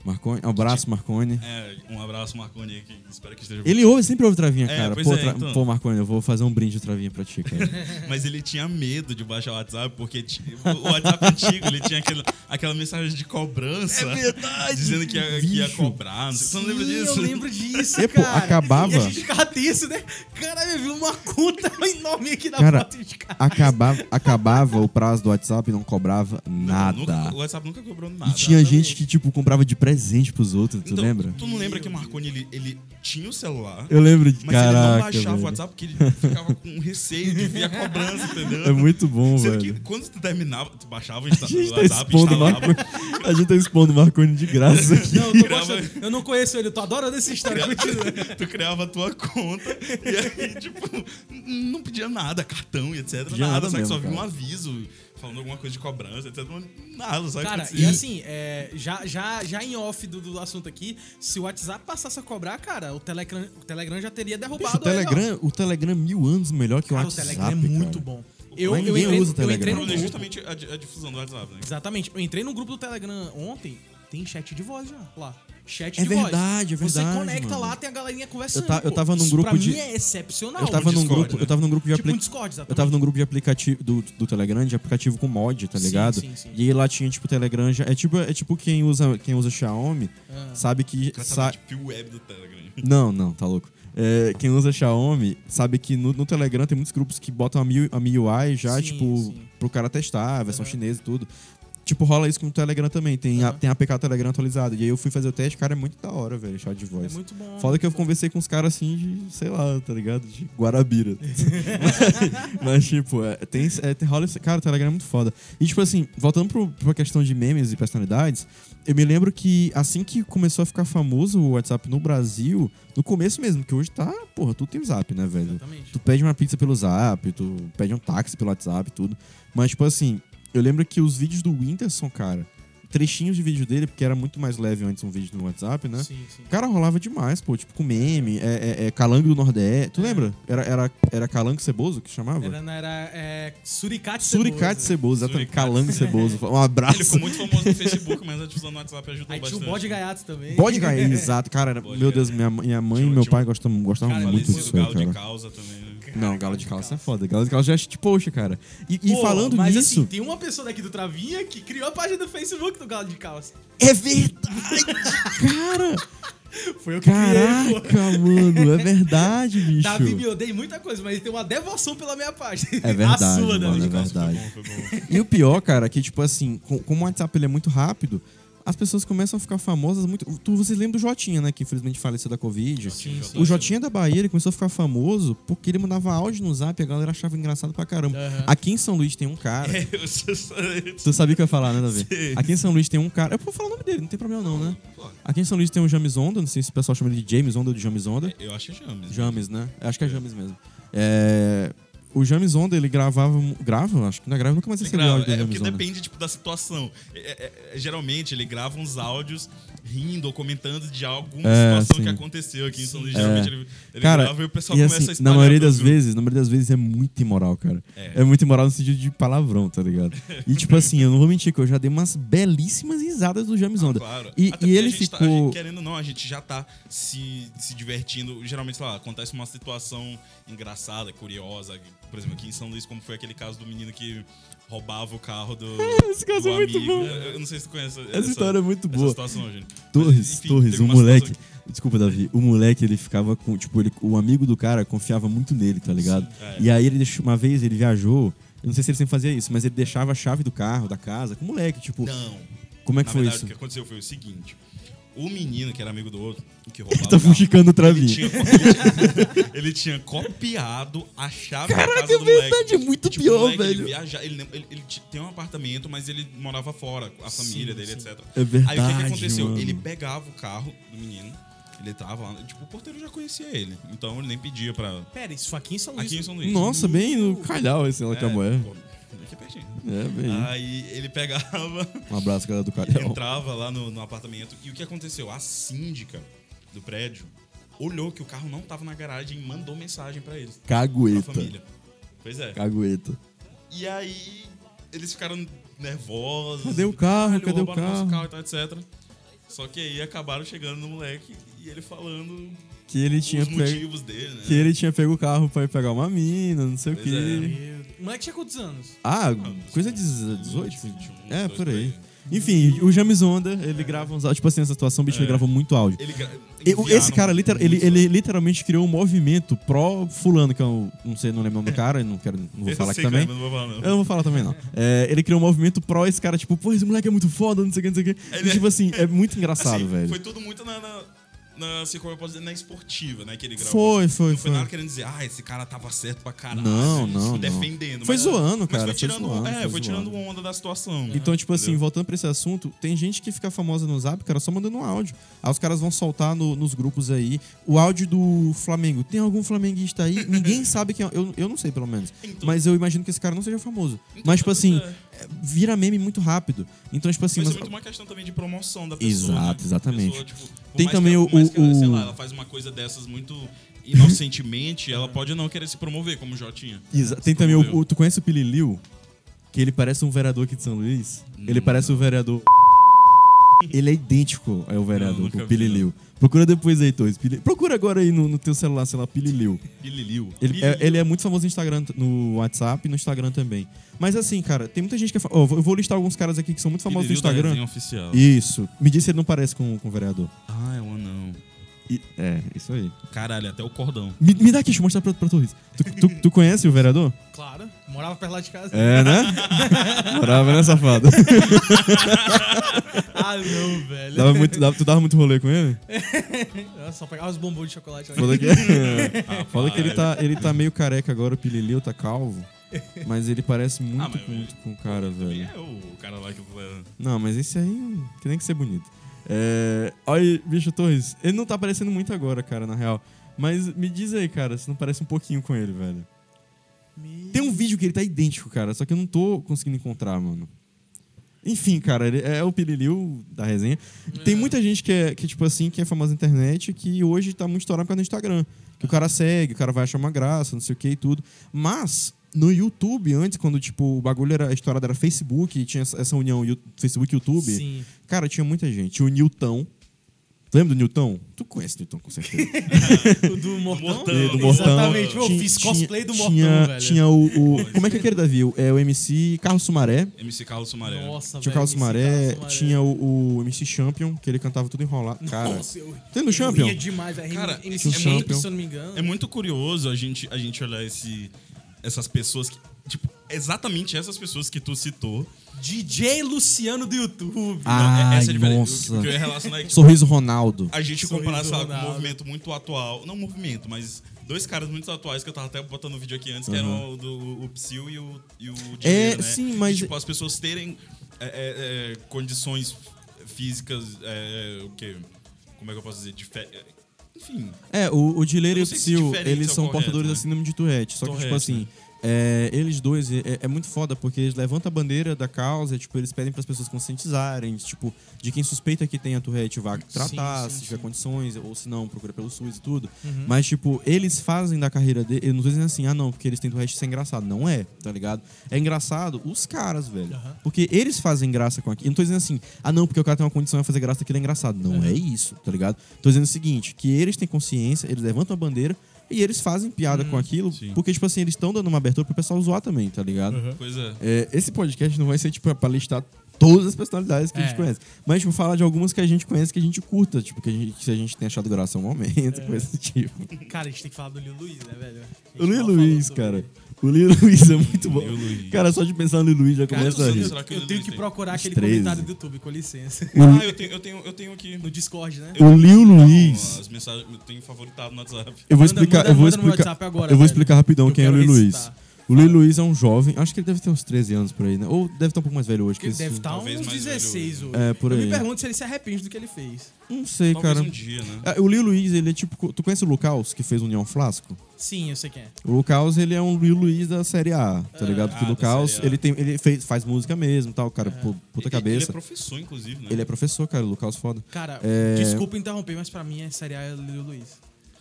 Marconi, um abraço, Marconi. É, um abraço, Marconi, que espero que esteja... Ele ouve, sempre ouve Travinha, É, cara. pois Pô, é, tra... então. Pô, Marconi, eu vou fazer um brinde de Travinha pra ti, cara. Mas ele tinha medo de baixar o WhatsApp, porque tinha- o WhatsApp antigo, ele tinha aquele, aquela mensagem de cobrança. É verdade! Dizendo que ia, que ia Bicho. cobrar. Não sei, você não lembra Sim, disso? eu lembro disso, É, pô, cara. acabava- E a gente ficava tenso, né? Caralho, eu vi uma conta enorme aqui na Cara, foto de cara. acabava, acabava o prazo do WhatsApp e não cobrava Não, nada. nunca- o WhatsApp nunca cobrou nada. E tinha gente que, tipo, comprava de presente pros outros, tu Então, lembra? Tu não lembra que o Marconi, ele, ele tinha o celular, Eu lembro de mas ele não caraca, baixava velho. o WhatsApp porque ele ficava com receio de vir a cobrança, entendeu? É muito bom, Sendo velho. que quando tu terminava, tu baixava o insta- A gente o tá WhatsApp, expondo o instalava, Marconi. A gente tá expondo o Marconi de graça aqui. Não, eu, tô Criava- gostando. Eu não conheço ele, eu tô adorando essa história. Continua. tu criava a tua conta e aí, tipo, não pedia nada, cartão e etc. Pedia nada, nada só que só mesmo, vinha um cara. aviso falando alguma coisa de cobrança, etcétera. Mas nada, só Cara, acontecia. e assim, é, já, já, já em off do, do assunto aqui, se o WhatsApp passasse a cobrar, cara, o Telegram, o Telegram já teria derrubado Bicho, o ele, ó. Telegram, o Telegram é mil anos melhor que o Cara, o WhatsApp, Telegram é muito cara. bom. Eu, Mas eu, ninguém entrei, usa o eu entrei Telegram. no É grupo. justamente a, a difusão do WhatsApp, né? Exatamente. Eu entrei no grupo do Telegram ontem, tem chat de voz já lá. Chat É de voz. verdade, é verdade, Você conecta mano. lá, tem a galerinha conversando. Eu ta- eu pô. tava num Isso grupo pra de- mim é excepcional. Eu tava o num Discord, grupo, né? eu tava num grupo de Tipo um apli- Discord, exatamente. Eu tava num grupo de aplicativo do, do Telegram, de aplicativo com mod, tá Sim, ligado? sim, sim. E aí lá tinha, tipo, o Telegram já. É tipo, é tipo quem usa, quem usa Xiaomi, Ah. sabe que. Pra Sa... saber de fio web do Telegram. Não, não, tá louco. É, quem usa Xiaomi sabe que no, no Telegram tem muitos grupos que botam a, Mi, a M I U I já, Sim, tipo, sim. pro cara testar, a versão Aham. chinesa e tudo. Tipo, rola isso com o Telegram também. Tem, a, Aham. tem a A P K Telegram atualizado. E aí eu fui fazer o teste, cara, é muito da hora, velho, chat de voz. É muito bom. Foda que eu muito bom. conversei com os caras assim de, sei lá, tá ligado? De Guarabira. mas, mas, tipo, é, tem, é, tem rola esse. Cara, o Telegram é muito foda. E, tipo assim, voltando pro, pra questão de memes e personalidades, eu me lembro que assim que começou a ficar famoso o WhatsApp no Brasil, no começo mesmo, que hoje tá, porra, tudo tem Zap, né, velho? Exatamente. Tu pede uma pizza pelo Zap, tu pede um táxi pelo WhatsApp, tudo. Mas, tipo assim, eu lembro que os vídeos do Whindersson, cara, trechinhos de vídeo dele, porque era muito mais leve antes um vídeo no WhatsApp, né? Sim, sim. O cara rolava demais, pô, tipo com meme, é, é, é Calango do Nordeste. Tu lembra? Era, era, era Calango Ceboso que chamava? Era, era é, Suricate Suricate Ceboso. Ceboso, exatamente. Suricate. Calango Ceboso. Um Ele abraço. ficou muito famoso no Facebook, mas a difusão no WhatsApp ajudou Aí tinha bastante. o Bode Gaiato também. Pode ganhar, exato. Cara, era- Bode meu Deus, Gaiato. minha, minha mãe e Tinha- meu tinha pai um- gostavam, gostavam Cara, muito Falecido disso aí, Galo de cara. Causa também, né? Não, Galo de Calça é foda. Galo de Calça já é tipo, poxa, cara. E, e Pô, falando mas nisso. assim, tem uma pessoa daqui do Travinha que criou a página do Facebook do Galo de Calça. É verdade, cara! Foi eu que criei, pô. Caraca, mano, é verdade, bicho. Davi me odeia em muita coisa, mas ele tem uma devoção pela minha página. É verdade, A sua, mano, Davi. é verdade. Foi bom, foi bom. E o pior, cara, é que, tipo assim, com- como o WhatsApp ele é muito rápido, as pessoas começam a ficar famosas muito. Tu, vocês lembram do Jotinha, né? Que infelizmente faleceu da Covid. Sim, sim. O Jotinha da Bahia, ele começou a ficar famoso porque ele mandava áudio no Zap e a galera achava engraçado pra caramba. Aham. Aqui em São Luís tem um cara. Eu sei- Tu sabia o que eu ia falar, né, Davi? Sim. Aqui em São Luís tem um cara. Eu vou falar o nome dele, não tem problema não, né? Pô, Aqui em São Luís tem o James Onda, não sei se o pessoal chama ele de James Onda ou de James Onda. Eu acho que é James. James, né? Acho que é James mesmo. É. O James Onda, ele gravava. Grava? Acho que não é grava, nunca mais Ele recebi áudio grava, do é James porque Onda. depende tipo, da situação. É, é, é, geralmente ele grava uns áudios rindo ou comentando de alguma É, situação sim. que aconteceu aqui em São Luís. É. Geralmente ele, ele Cara, grava e o pessoal e começa assim, a espalhar na maioria pelos das grupos. vezes, na maioria das vezes é muito imoral, cara. É. É, muito imoral no sentido de palavrão, tá ligado? E tipo assim, eu não vou mentir que eu já dei umas belíssimas risadas do James Onda. Claro. E, Até e porque ele a gente tá- a ficou. gente, querendo ou não, a gente já tá se, se divertindo. Geralmente, sei lá, acontece uma situação engraçada, curiosa. Por exemplo, aqui em São Luís, como foi aquele caso do menino que roubava o carro do, Esse caso do é muito amigo. bom. Eu, eu não sei se tu conhece essa, Essa história é muito essa boa. situação, gente. Torres, Mas, enfim, Torres, teve o uma moleque. situação Desculpa, Davi. O moleque, ele ficava com. Tipo, ele, o amigo do cara confiava muito nele, tá ligado? é. E aí ele deixou. Uma vez ele viajou. Eu não sei se ele sempre fazia isso, mas ele deixava a chave do carro, da casa, com o moleque, tipo. Não. Como é que Na foi verdade, isso? o que aconteceu foi o seguinte. O menino, que era amigo do outro, que roubava Tá o carro, fuxicando o ele Travinha. tinha, co- ele, tinha, ele tinha copiado a chave da Caraca, casa é do moleque. verdade, é muito Tipo, pior, o moleque, velho. Ele, viaja, ele, ele, ele t- tem um apartamento, mas ele morava fora, a família Sim, dele, sim. etcétera. É verdade. Aí o que, que aconteceu? mano. Ele pegava o carro do menino, ele entrava lá, tipo, o porteiro já conhecia ele, então ele nem pedia pra... Pera, isso aqui em São Luís. Aqui em São Luís. Nossa, bem no calhau esse lá que é a mulher. pô, aqui pertinho. É, bem. Aí ele pegava... Um abraço, galera do calhau. entrava lá no, no apartamento e o que aconteceu? A síndica do prédio olhou que o carro não tava na garagem e mandou mensagem pra eles, pra Cagueta. família. Pois é. Cagueta. E aí eles ficaram nervosos. Cadê o carro? Caralho, Cadê o roubaram nosso carro? carro e tal, etcétera. Só que aí acabaram chegando no moleque e ele falando Que ele tinha os pego, motivos dele, né? que ele tinha pego o carro pra ir pegar uma mina, não sei o Pois quê. é. Meu... O moleque tinha quantos anos? Ah, Ah, coisa de dezoito? vinte e um, É, dois por aí. por aí. Enfim, o James Onda, ele grava uns áudios. Tipo assim, essa situação, o bicho, ele É. gravou muito áudio. Ele gra- E- enviaram Esse cara, liter- ele, muito- ele literalmente criou um movimento pró-fulano, que eu não sei, não lembro o nome do cara, não, quero, não vou Eu falar sei, aqui também. cara, mas não vou falar, não. Eu não vou falar também, não. É, ele criou um movimento pró esse cara, tipo, pô, esse moleque é muito foda, não sei o que, não sei o que. Ele E, é- tipo assim, é muito engraçado, Assim, velho. Foi tudo muito na, na, na, assim, como eu posso dizer, na esportiva, né? Que ele gravou. Foi, foi, Não foi foi. nada querendo dizer, ah, esse cara tava certo pra caralho. Não, tipo, não, não. defendendo. Foi mas- zoando, mas cara, Foi foi tirando, zoando, é, foi foi tirando zoando. onda da situação. Então, tipo assim, Entendeu? voltando pra esse assunto, tem gente que fica famosa no Zap, cara, só mandando um áudio. Aí os caras vão soltar no- nos grupos aí o áudio do Flamengo. Tem algum flamenguista aí? Ninguém sabe quem é. Eu, eu não sei, pelo menos. Então- Mas eu imagino que esse cara não seja famoso. Então, mas, tipo assim, é. é, vira meme muito rápido. Então, tipo assim. Mas é mas- muito uma questão também de promoção da pessoa. Exato, né? exatamente. A pessoa, tipo, por Tem mais também que, o- por mais que ela, o- sei lá, ela faz uma coisa dessas muito inocentemente, ela pode não querer se promover, como o Jotinha. Exa- Se Tem também o, promoveu. o- Tu conhece o Pililiu? Que ele parece um vereador aqui de São Luís. Ele Hum, parece o vereador. Ele é idêntico ao vereador, nunca o vi, Pililiu. Procura depois aí, Torres. Pili- Procura agora aí no, no teu celular, sei lá, Pililiu. Pililiu. Ele é, ele é muito famoso no Instagram, no WhatsApp e no Instagram também. Mas assim, cara, tem muita gente que é. fa- Ó, eu vou listar alguns caras aqui que são muito famosos no Pililiu da Instagram. resenha oficial. Isso. Me diz se ele não parece com, com o vereador. Ah, é um anão. E- é, isso aí. Caralho, até o cordão. Me, me dá aqui, deixa eu mostrar pra, pra Torres. Tu, tu, tu conhece o vereador? Claro. Morava perto lá de casa. É, né? Morava, né, safado? Ah, não, velho. Dava muito, dava- tu dava muito rolê com ele? Eu só pegava os bombons de chocolate. Né? Foda que, foda que ele, tá, ele tá meio careca agora, o Pililio tá calvo. Mas ele parece muito, Ah, mas- muito com o cara, Também velho. é o cara lá que eu falei. Não, mas esse aí tem nem que ser bonito. É, olha aí, bicho Torres, ele não tá aparecendo muito agora, cara, na real. Mas me diz aí, cara, se não parece um pouquinho com ele, velho. Tem um vídeo que ele tá idêntico, cara, só que eu não tô conseguindo encontrar, mano. Enfim, cara, ele é o Pililiu da resenha. Tem muita gente que é, que, tipo assim, que é famosa na internet que hoje tá muito estourado por causa do Instagram. Que o cara segue, o cara vai achar uma graça, não sei o que e tudo. Mas, no YouTube, antes, quando, tipo, o bagulho era, a história era Facebook, e tinha essa essa união Yu- Facebook e YouTube, Sim. cara, tinha muita gente. Tinha o Nilton. Lembra do Nilton? Tu conhece o Nilton, com certeza. O do Mortão? Mortão. do Mortão. Exatamente. Pô, eu Tinha- fiz cosplay do Mortão, tinha, velho. Tinha o, o... Como é que é aquele, Davi? É o M C Carlos Sumaré. M C Carlos Sumaré. Nossa, Tinha o velho. Carlos esse Sumaré, Carlos Sumaré. tinha o, o M C Champion, que ele cantava tudo enrolado. Cara, Nossa, eu, tem no eu Champion? ria demais. velho. Cara, M é C muito- Champion, se eu não me engano. É muito curioso a gente, a gente olhar esse, essas pessoas que. Tipo, exatamente essas pessoas que tu citou. D J Luciano do YouTube. Ah, essa é diferente. nossa. O que eu ia relacionar é que Sorriso Ronaldo. a gente Sorriso comparar, sabe, com um Ronaldo. movimento muito atual. Não movimento, mas dois caras muito atuais que eu tava até botando no vídeo aqui antes, que eram o, do, o Psyll e o, e o Dinheiro, né? sim, mas- E, tipo, as pessoas terem é, é, é, condições físicas. É, o quê? Como é que eu posso dizer? Dife- é, enfim. É, o, o Dileira e Eu o não sei se Psyll, diferente eles é o são correto, portadores né? da síndrome de Tourette. Só que, tipo Tourette, assim, né? é, eles dois, é, é muito foda, porque eles levantam a bandeira da causa, tipo, eles pedem para as pessoas conscientizarem, tipo, de quem suspeita que tem a Tourette, vá tratar, sim, se sim. tiver condições, ou se não, procura pelo SUS e tudo. Uhum. Mas, tipo, eles fazem da carreira deles, eu não tô dizendo assim, ah, não, porque eles têm Tourette, isso é engraçado. Não é, tá ligado? É engraçado os caras, velho. Uhum. Porque eles fazem graça com aquilo. Eu não tô dizendo assim, ah, não, porque o cara tem uma condição de fazer graça, aquilo é engraçado. Não é isso, tá ligado? Tô dizendo o seguinte, que eles têm consciência, eles levantam a bandeira e eles fazem piada com aquilo, sim. porque, tipo assim, eles estão dando uma abertura pro pessoal zoar também, tá ligado? Pois é. É, esse podcast não vai ser, tipo, pra listar todas as personalidades que a gente É. conhece. Mas, tipo, falar de algumas que a gente conhece, que a gente curta, tipo, que a gente, que a gente tem achado graça um momento, coisa do tipo. Cara, a gente tem que falar do Lil Luiz, né, velho? A gente O Lil mal falou Luiz, sobre cara. ele. O Lil Luiz é muito bom. Lil Luiz. Cara, só de pensar no Lil Luiz já Cara, começa a eu, rir. eu, Será que o eu Lil tenho Luiz que tem? procurar Uns aquele treze. comentário do YouTube, com licença. Ah, eu tenho, eu tenho, eu tenho aqui. No Discord, né? O Lil Luiz. As mensagens eu tenho favoritado no WhatsApp. Eu vou Manda- explicar, manda- eu vou manda no explicar, WhatsApp agora, eu vou velho. explicar rapidão Eu quem é o quero Lil Luiz. recitar. O Lil Luiz é um jovem, acho que ele deve ter uns treze anos por aí, né? Ou deve estar um pouco mais velho hoje. Porque ele que deve esse- estar Talvez uns mais dezesseis velho. hoje. É, por Eu aí. me pergunto se ele se arrepende do que ele fez. Não sei, Talvez cara. um dia, né? Ah, o Lil Luiz, ele é tipo... Tu conhece o Lucaus, que fez o União Flasco? Sim, eu sei quem é. O Lucaus, ele é um Lil Luiz da Série A, tá ligado? Porque Ah, o da Lucaus, Série A. ele, tem, ele fez, faz música mesmo, tal, cara, pô, puta Ele- cabeça. Ele é professor, inclusive, né? Ele é professor, cara, o Lucaus foda. Cara, É. desculpa interromper, mas pra mim a Série A é Lil Luiz.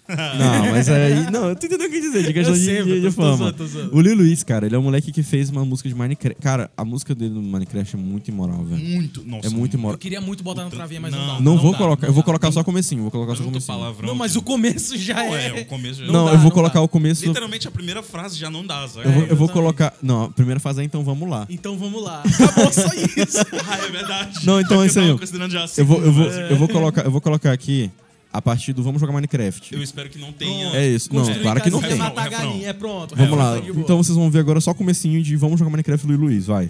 Não, mas aí... Não, eu tô entendendo o que dizer, de questão Eu de, sei, de, eu de tô- tô fama. zoando, tô zoando. O Lil Luiz, cara, ele é um moleque que fez uma música de Minecraft. Cara, a música dele no Minecraft é muito imoral, velho. Muito. Nossa, É muito Eu imoral. queria muito botar no travinha, mas não, Não, dá. Não, vou dá, colocar, não eu vou dá. colocar só o comecinho, vou colocar só o Tanto comecinho. palavrão. Não, mas que- o começo já Não, é. é, o começo já Não Não, dá, eu vou não colocar dá. o começo... Literalmente a primeira frase já não dá, sabe? Eu vou, eu vou exatamente. colocar... Não, a primeira fase é então vamos lá. Então vamos lá. Acabou só isso. Ah, é verdade. Não, então é Eu isso aí. tava considerando já assim, Eu vou, eu vou, mas eu vou colocar, eu vou colocar aqui a partir do Vamos Jogar Minecraft. Eu espero que não tenha. É isso. Não, Construir claro que não casinha, tem. matar Refrão, galinha. É pronto. Vamos refrão, lá. de boa. Então vocês vão ver agora só o comecinho de Vamos Jogar Minecraft Lil Luiz, vai.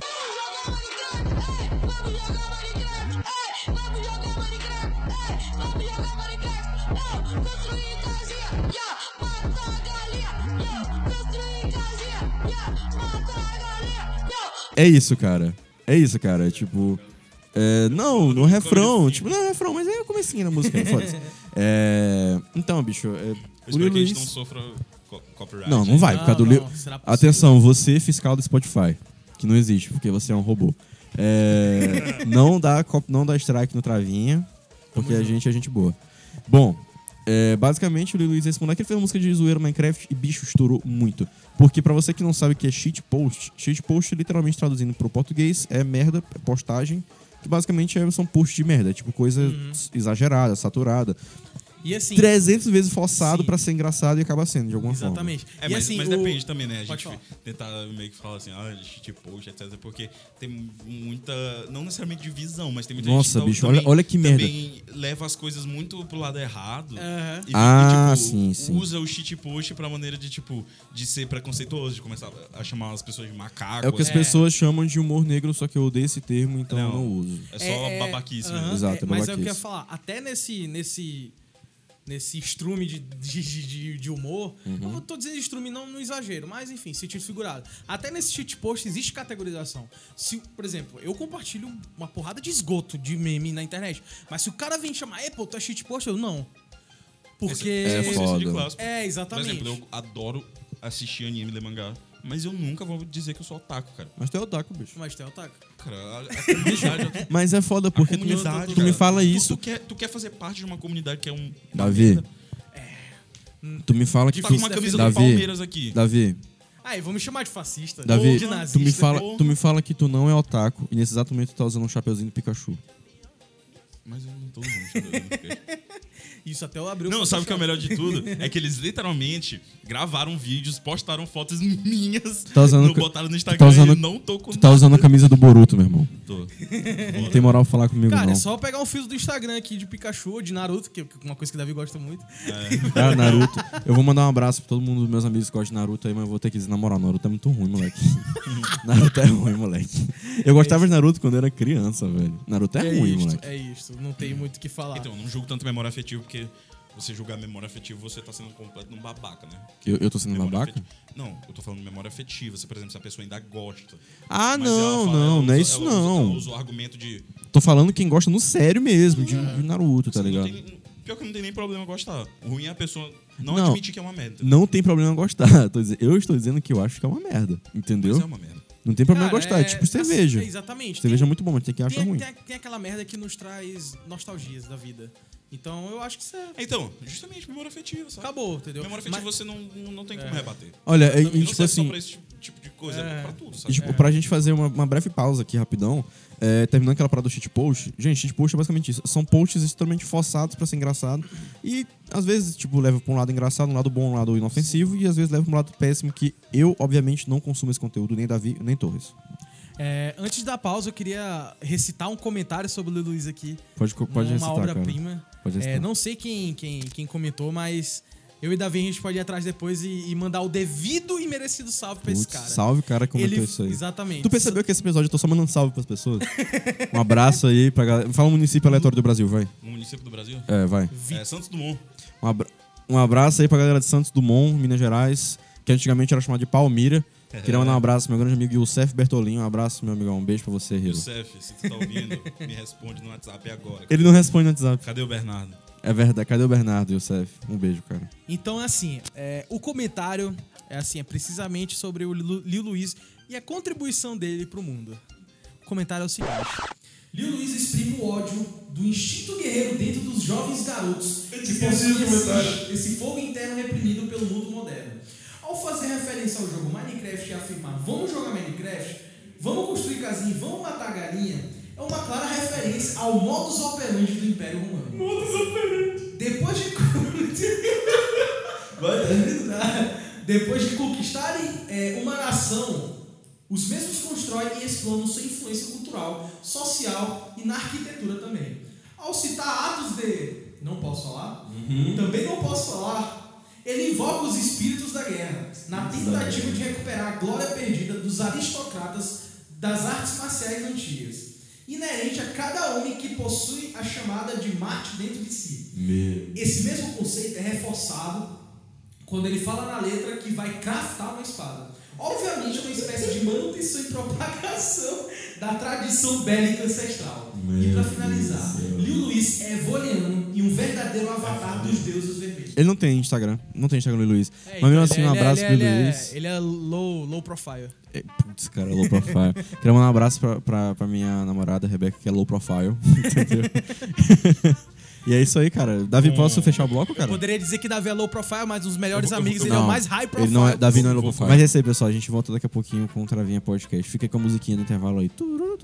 É isso, cara. É isso, cara. Tipo. É, não, no refrão. Tipo, não é refrão, mas é o comecinho da música. Foda-se. É, então, bicho. É, Eu o espero Lil que a gente Luiz. não sofra co- copyright. Não, não vai. Por causa do Não, Lil... não, será possível? Atenção, você, fiscal do Spotify. Que não existe, porque você é um robô. É, não, dá, cop- não dá strike no Travinha, porque a gente é gente boa. Bom, é, basicamente o Lil Luiz, esse moleque, ele fez uma música de zoeira Minecraft e, bicho, estourou muito. Porque pra você que não sabe o que é shitpost, shitpost, literalmente traduzindo pro português, é merda, é postagem, que basicamente é- são posts de merda, é tipo coisa exagerada, saturada. E assim. trezentas vezes forçado Sim. pra ser engraçado e acaba sendo, de alguma forma. Exatamente. É, e mas, assim, mas o- depende também, né? A Pode gente falar. tentar meio que falar assim, ah, shitpost, etcétera. Porque tem muita. Não necessariamente divisão, mas tem muita Nossa, gente que bicho, também, olha- olha que merda. também leva as coisas muito pro lado errado. Aham. E, Ah, e, tipo, sim, sim. usa o shitpost pra maneira de, tipo, de ser preconceituoso, de começar a chamar as pessoas de macaco. É o que as É. pessoas chamam de humor negro, só que eu odeio esse termo, então eu Não. não uso. É só É, é, babaquice aham, mesmo. Exato, é mas é o que eu babaquice. ia falar. Até nesse. nesse Nesse estrume de, de, de, de humor. Uhum. Eu tô dizendo estrume não no exagero, mas enfim, sentido figurado. Até nesse shitpost existe categorização. Se, por exemplo, eu compartilho uma porrada de esgoto de meme na internet. Mas se o cara vem chamar, Apple, tu é shitpost? Eu não. Porque. É Esse- foda. de clássico. É, Por exatamente. exemplo, eu adoro assistir anime e ler mangá, mas eu nunca vou dizer que eu sou otaku, cara. Mas tu é otaku, bicho. Mas tem otaku. Cara, a, a comunidade... Mas é foda, porque a tu me, comunidade, tu me cara. fala Tu- isso. Tu, quer, tu quer fazer parte de uma comunidade que é um... uma Davi, merda. tu me fala que Tu tá tu... com uma camisa Davi, do Palmeiras aqui. Davi, Aí, vamos chamar de fascista. Davi, Ou de nazista. tu me, fala, porra. tu me fala que tu não é otaku e nesse exato momento tu tá usando um chapeuzinho do Pikachu. Mas eu não tô usando xadrez. Isso até eu abri o Não, sabe o que é o Photoshop. melhor de tudo? É que eles literalmente gravaram vídeos, postaram fotos minhas, tá usando não ca- botaram no tu Instagram tá usando- e eu não tô com Tu tá usando a camisa do Boruto, meu irmão. Tô. Não tem moral falar comigo, Cara, não. é só pegar um fio do Instagram aqui de Pikachu ou de Naruto, que é uma coisa que o Davi gosta muito. Cara, Naruto. Eu vou mandar um abraço pra todo mundo dos meus amigos que gostam de Naruto aí, mas eu vou ter que dizer, na moral, Naruto é muito ruim, moleque. Naruto é ruim, moleque. Eu gostava de Naruto quando eu era criança, velho. Naruto é, ruim, isto, moleque. é isto. Não tem muito o que falar. Então, eu não julgo tanto memória afetiva, porque você julgar memória afetiva, você tá sendo completo num babaca, né? Eu, eu tô sendo Memória babaca? afetiva- Não, eu tô falando de memória afetiva. Se, por exemplo, se a pessoa ainda gosta. Ah, mas não, ela fala- não, ela não é usa- isso ela usa- não. Ela usa o argumento de... Tô falando quem gosta no sério mesmo, de, de Naruto, tá Assim, não ligado? tem- pior que não tem nem problema gostar. O ruim é a pessoa não, Não. admitir que é uma merda. Não tem problema gostar. Tô dizendo- eu estou dizendo que eu acho que é uma merda, entendeu? Mas é uma merda. Não tem problema Cara, gostar, é tipo cerveja. assim, é, exatamente. Cerveja é Tem- muito bom, mas tem quem acha tem, ruim. tem, tem aquela merda que nos traz nostalgias da vida. Então eu acho que isso é... Então, justamente, memória afetiva, sabe? acabou, entendeu? Memória afetiva Mas- você não, não, não tem como rebater. Olha, e, E e, não tipo serve só assim, pra esse tipo, tipo de coisa, é pra tudo, e, sabe? tipo, pra gente fazer uma, uma breve pausa aqui, rapidão, é, terminando aquela parada do shitpost. Gente, shitpost é basicamente isso. São posts extremamente forçados pra ser engraçado. E, às vezes, tipo, leva pra um lado engraçado, um lado bom, um lado inofensivo. E, às vezes, leva pra um lado péssimo, que eu, obviamente, não consumo esse conteúdo, nem Davi, nem Torres. É, antes da pausa, eu queria recitar um comentário sobre o Lil Luiz aqui. Pode, pode uma recitar, cara. obra-prima. Pode recitar. É, não sei quem, quem, quem comentou, mas eu e Davi a gente pode ir atrás depois e, e mandar o devido e merecido salve pra esse Putz, cara. salve o cara que comentou Ele, isso aí. Exatamente. Tu percebeu que esse episódio eu tô só mandando salve pras pessoas? Um abraço aí pra galera. Fala um município aleatório do Brasil, vai. No município do Brasil? É, vai. É Santos Dumont. Um, abra- um abraço aí pra galera de Santos Dumont, Minas Gerais, que antigamente era chamado de Palmira. Queria mandar um abraço pro meu grande amigo Youssef Bertolin. Um abraço, meu amigão. Um beijo pra você, Hiro. Youssef, se tu tá ouvindo, me responde no WhatsApp agora. Ele não responde no WhatsApp. Cadê o Bernardo? É verdade. Cadê o Bernardo, Youssef? Um beijo, cara. Então, assim, é, o comentário é assim, é precisamente sobre o Lu- Lil Luiz e a contribuição dele pro mundo. O comentário é o seguinte: Lil Luiz exprime o ódio do instinto guerreiro dentro dos jovens garotos que possuem esse, esse fogo interno reprimido pelo mundo moderno. Ao fazer referência ao jogo Minecraft e afirmar vamos jogar Minecraft, vamos construir casinha, vamos matar galinha, é uma clara referência ao modus operandi do Império Romano. Modus operandi. Depois de Depois de conquistarem é, uma nação, os mesmos constroem e exploram sua influência cultural, social e na arquitetura também. Ao citar atos de não posso falar, uhum. também não posso falar, ele invoca os espíritos da guerra, na tentativa de recuperar a glória perdida dos aristocratas das artes marciais antigas, inerente a cada homem que possui a chamada de Marte dentro de si. Meu. Esse mesmo conceito é reforçado quando ele fala na letra que vai craftar uma espada. Obviamente, uma espécie de manutenção e propagação da tradição bélica ancestral. Meu e para finalizar, Lil Luiz é voliano e um verdadeiro avatar dos deuses vermelhos. Ele não tem Instagram, não tem Instagram do Lil Luiz. É, mas mesmo assim, um abraço é, pro Lil é, Luiz. Ele é low, low profile. É, putz, cara, low profile. Queria mandar um abraço pra, pra, pra minha namorada, Rebeca, que é low profile. Entendeu? E é isso aí, cara. Davi, hum. posso fechar o bloco, cara? Eu poderia dizer que Davi é low profile, mas os melhores eu, amigos, eu, eu, ele não, é o mais high profile. Ele não é, Davi não é low profile. Mas é isso aí, pessoal. A gente volta daqui a pouquinho com o Travinha Podcast. Fica com a musiquinha no intervalo aí.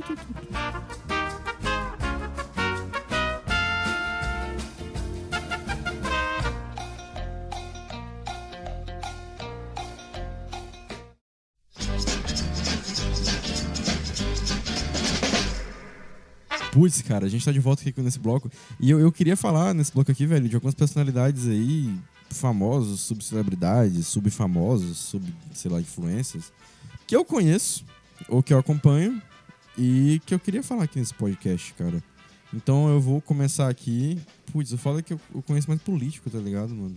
Putz, cara, a gente tá de volta aqui nesse bloco. E eu, eu queria falar nesse bloco aqui, velho, de algumas personalidades aí, famosos, subcelebridades, subfamosos, sub, sei lá, influencers, que eu conheço, ou que eu acompanho, e que eu queria falar aqui nesse podcast, cara. Então eu vou começar aqui. Putz, eu falo que eu, eu conheço mais político, tá ligado, mano?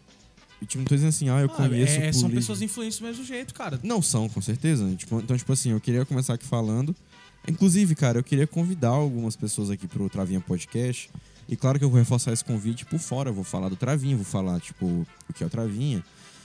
E tipo, não tô dizendo assim, ah, eu ah, conheço é, político. São pessoas influentes do mesmo jeito, cara. Não são, com certeza. Tipo, então, tipo assim, eu queria começar aqui falando. Inclusive, cara, eu queria convidar algumas pessoas aqui pro Travinha Podcast. E claro que eu vou reforçar esse convite por fora. Eu vou falar do Travinha, vou falar, tipo, o que é o Travinha.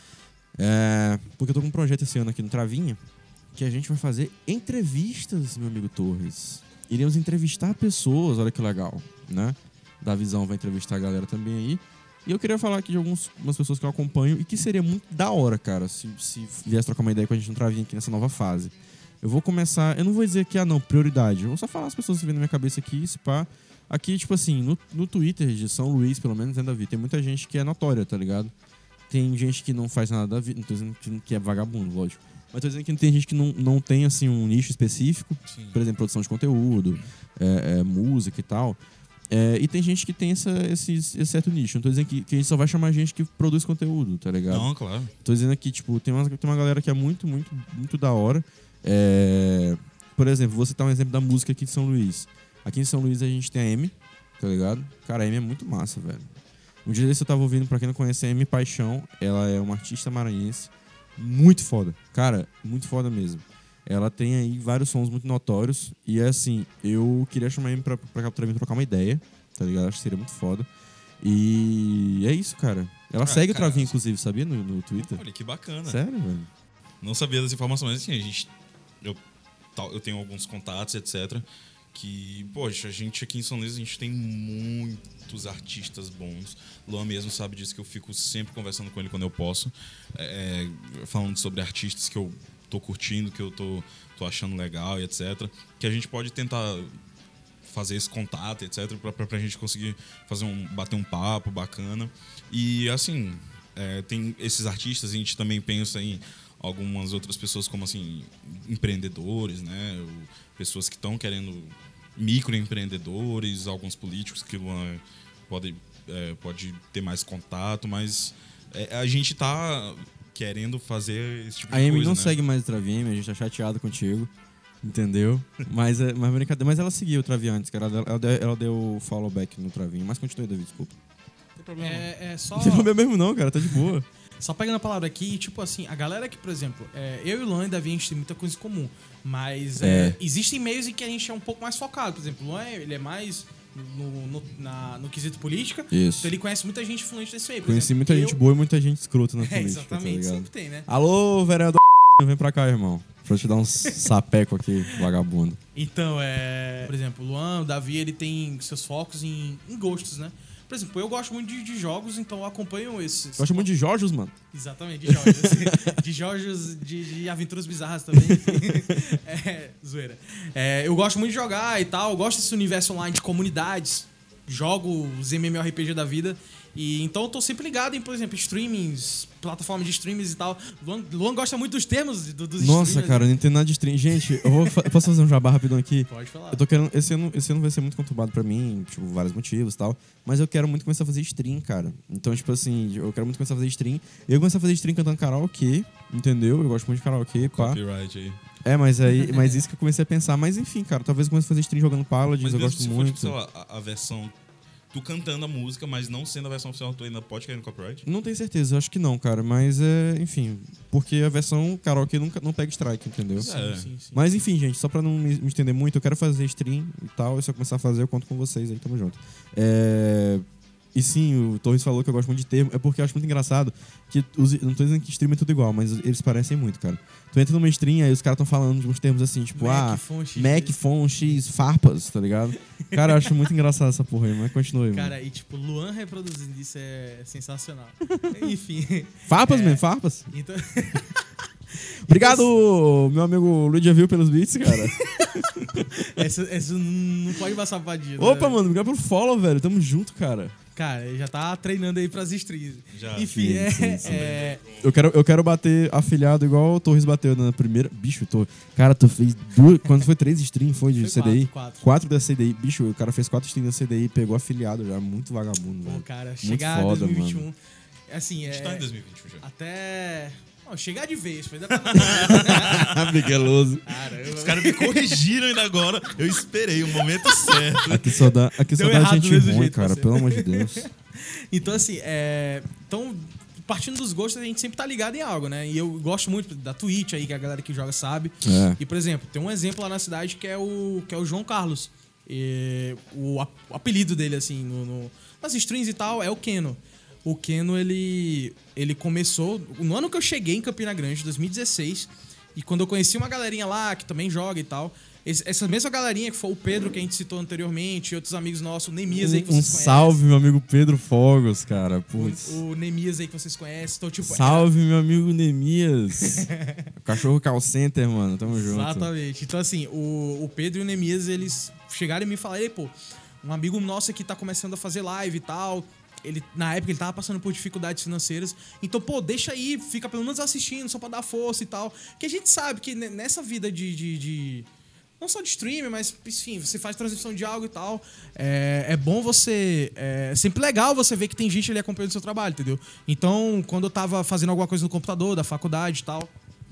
É... Porque eu tô com um projeto esse ano aqui no Travinha que a gente vai fazer entrevistas, meu amigo Torres. Iremos entrevistar pessoas, olha que legal, né? Da Visão vai entrevistar a galera também aí. E eu queria falar aqui de algumas pessoas que eu acompanho e que seria muito da hora, cara, se, se viesse trocar uma ideia com a gente no Travinha aqui nessa nova fase. Eu vou começar... Eu não vou dizer que, ah, não, prioridade. Eu vou só falar as pessoas que vêm na minha cabeça aqui, se pá. Aqui, tipo assim, no, no Twitter de São Luís, pelo menos, né, Davi? Tem muita gente que é notória, tá ligado? Tem gente que não faz nada da vida. Não tô dizendo que é vagabundo, lógico. Mas tô dizendo que tem gente que não, não tem, assim, um nicho específico. Sim. Por exemplo, produção de conteúdo, é, é, música e tal. É, e tem gente que tem essa, esse, esse certo nicho. Não tô dizendo que, que a gente só vai chamar gente que produz conteúdo, tá ligado? Não, claro. Tô dizendo que, tipo, tem uma, tem uma galera que é muito, muito, muito da hora. É... Por exemplo, vou citar um exemplo da música aqui de São Luís. Aqui em São Luís a gente tem a Amy, tá ligado? Cara, a Amy é muito massa, velho. Um dia desse eu tava ouvindo, pra quem não conhece, a Amy Paixão. Ela é uma artista maranhense muito foda. Cara, muito foda mesmo. Ela tem aí vários sons muito notórios. E é assim, eu queria chamar a Amy pra, pra cá pra mim trocar uma ideia, tá ligado? Acho que seria muito foda. E é isso, cara. Ela ah, segue cara, o Travinha, inclusive, sabia? No, no Twitter. Olha, que bacana. Sério, velho? Não sabia das informações, assim, a gente... Eu, eu tenho alguns contatos, etcétera. Que, poxa, a gente aqui em São Luís, a gente tem muitos artistas bons. Luan mesmo sabe disso, que eu fico sempre conversando com ele quando eu posso. É, falando sobre artistas que eu tô curtindo, que eu tô, tô achando legal e etcétera. Que a gente pode tentar fazer esse contato, etcétera. Pra, pra, pra gente conseguir fazer um, bater um papo bacana. E, assim, é, tem esses artistas, a gente também pensa em algumas outras pessoas como, assim, empreendedores, né? Pessoas que estão querendo microempreendedores, alguns políticos que podem é, pode ter mais contato, mas é, a gente tá querendo fazer esse tipo de coisa, A Amy não né? segue mais o Travinha, a gente tá chateado contigo, entendeu? mas, é, mas, brincadeira, mas ela seguiu o Travinha antes, cara. Ela, ela, deu, ela deu follow back no Travinha, mas continue, David, desculpa. Não tem problema. É, é só... Não tem problema mesmo não, cara, tá de boa. Só pegando a palavra aqui, tipo assim, a galera que, por exemplo, é, eu e o Luan e o Davi, a gente tem muita coisa em comum. Mas é. É, existem meios em que a gente é um pouco mais focado. Por exemplo, o Luan, ele é mais no, no, na, no quesito política. Isso. Então ele conhece muita gente influente desse meio. Por Conheci exemplo, muita eu... gente boa e muita gente escrota na é, política. Exatamente, tá sempre tem, né? Alô, vereador, vem pra cá, irmão. Pra te dar um sapeco aqui, vagabundo. Então, é... Por exemplo, o Luan, o Davi, ele tem seus focos em, em gostos, né? Por exemplo, eu gosto muito de, de jogos, então eu acompanho esses. Gosto muito de Jorjos, mano. Exatamente, de jogos. de jogos, de, de aventuras bizarras também. é, zoeira. É, eu gosto muito de jogar e tal, eu gosto desse universo online de comunidades. Jogo os M M O R P G da vida. E então eu tô sempre ligado em, por exemplo, streamings, plataformas de streamings e tal. Luan, Luan gosta muito dos termos do, dos Nossa, streamers. cara, eu não entendo nada de stream. Gente, eu, vou fa- eu posso fazer um jabá rapidão aqui? Pode falar. Eu tô querendo. Esse ano, esse ano vai ser muito conturbado pra mim, tipo, vários motivos e tal. Mas eu quero muito começar a fazer stream, cara. Então, tipo assim, eu quero muito começar a fazer stream. Eu começar a fazer stream cantando karaokê, entendeu? Eu gosto muito de karaokê, pá. Copyright aí. É, mas aí, mas isso que eu comecei a pensar. Mas enfim, cara, talvez eu comece a fazer stream jogando Paladins, Mas eu mesmo gosto se for, muito. tipo, sei lá, a, a versão... Tu cantando a música, mas não sendo a versão oficial, tu ainda pode cair no copyright? Não tenho certeza, eu acho que não, cara. Mas é, enfim, porque a versão karaokê nunca não pega strike, entendeu? É. Sim, sim, sim. Mas enfim, gente, só pra não me, me estender muito, eu quero fazer stream e tal. E se eu começar a fazer, eu conto com vocês aí, tamo junto. É... E sim, o Torres falou que eu gosto muito de termo. É porque eu acho muito engraçado que os, não tô dizendo que stream é tudo igual, mas eles parecem muito, cara. Tu entra numa stream aí os caras tão falando de uns termos assim, tipo, Mac, ah, Fon, X, Mac, Fon, X, farpas, tá ligado? Cara, eu acho muito engraçado essa porra aí, mas continue, mano. Cara, e tipo, Luan reproduzindo isso é sensacional. Enfim. Farpas, é, mesmo, farpas. Então... Obrigado, meu amigo Ludivil, pelos beats, cara. essa, essa não pode passar pra dia. Opa, né? mano, obrigado pelo follow, velho. Tamo junto, cara. Cara, ele já tá treinando aí pras streams. Já. Enfim, Sim, é, sim, sim. é- Eu quero, eu quero bater afiliado igual o Torres bateu na primeira. Bicho, tô... cara, tu fez duas. Quando foi três streams, foi de Foi C D I? quatro, quatro. Quatro da C D I. Bicho, o cara fez quatro streams da C D I e pegou afiliado já. Muito vagabundo, Pô, velho. cara, Muito chegar em foda, dois mil e vinte e um. mano. Assim, A gente tá em é. dois mil e vinte e um já. Até. Não, chegar de vez, foi ainda tá Migueloso. Caramba. Os caras me corrigiram ainda agora. Eu esperei o momento certo. Aqui só dá, aqui só Deu dá errado do gente mesmo ruim, jeito, cara. você. Pelo amor de Deus. Então, assim, é. Então, partindo dos gostos, a gente sempre tá ligado em algo, né? E eu gosto muito da Twitch aí, que a galera que joga sabe. É. E, por exemplo, tem um exemplo lá na cidade que é o, que é o João Carlos. E o, ap- o apelido dele, assim, no, no- nas streams e tal, é o Keno. O Keno, ele, ele começou... No ano que eu cheguei em Campina Grande, dois mil e dezesseis, e quando eu conheci uma galerinha lá que também joga e tal... esse- essa mesma galerinha que foi o Pedro, que a gente citou anteriormente, e outros amigos nossos, o Nemias aí que Um, um vocês conhecem. salve, meu amigo Pedro Fogos, cara. Putz. O, o Nemias aí que vocês conhecem. Então, tipo, Salve, meu amigo Nemias. Cachorro Call Center, mano. Tamo junto. Exatamente. Então, assim, o, o Pedro e o Nemias, eles chegaram e me falaram, "Ei, pô, um amigo nosso aqui tá começando a fazer live e tal. Ele, na época ele tava passando por dificuldades financeiras. Então, pô, deixa aí, fica pelo menos assistindo, só pra dar força e tal. Que a gente sabe que ne- nessa vida de... de, de- não só de streamer, mas, enfim, você faz transmissão de algo e tal. É, é bom você... É sempre legal você ver que tem gente ali acompanhando o seu trabalho, entendeu? Então, quando eu tava fazendo alguma coisa no computador, da faculdade e tal,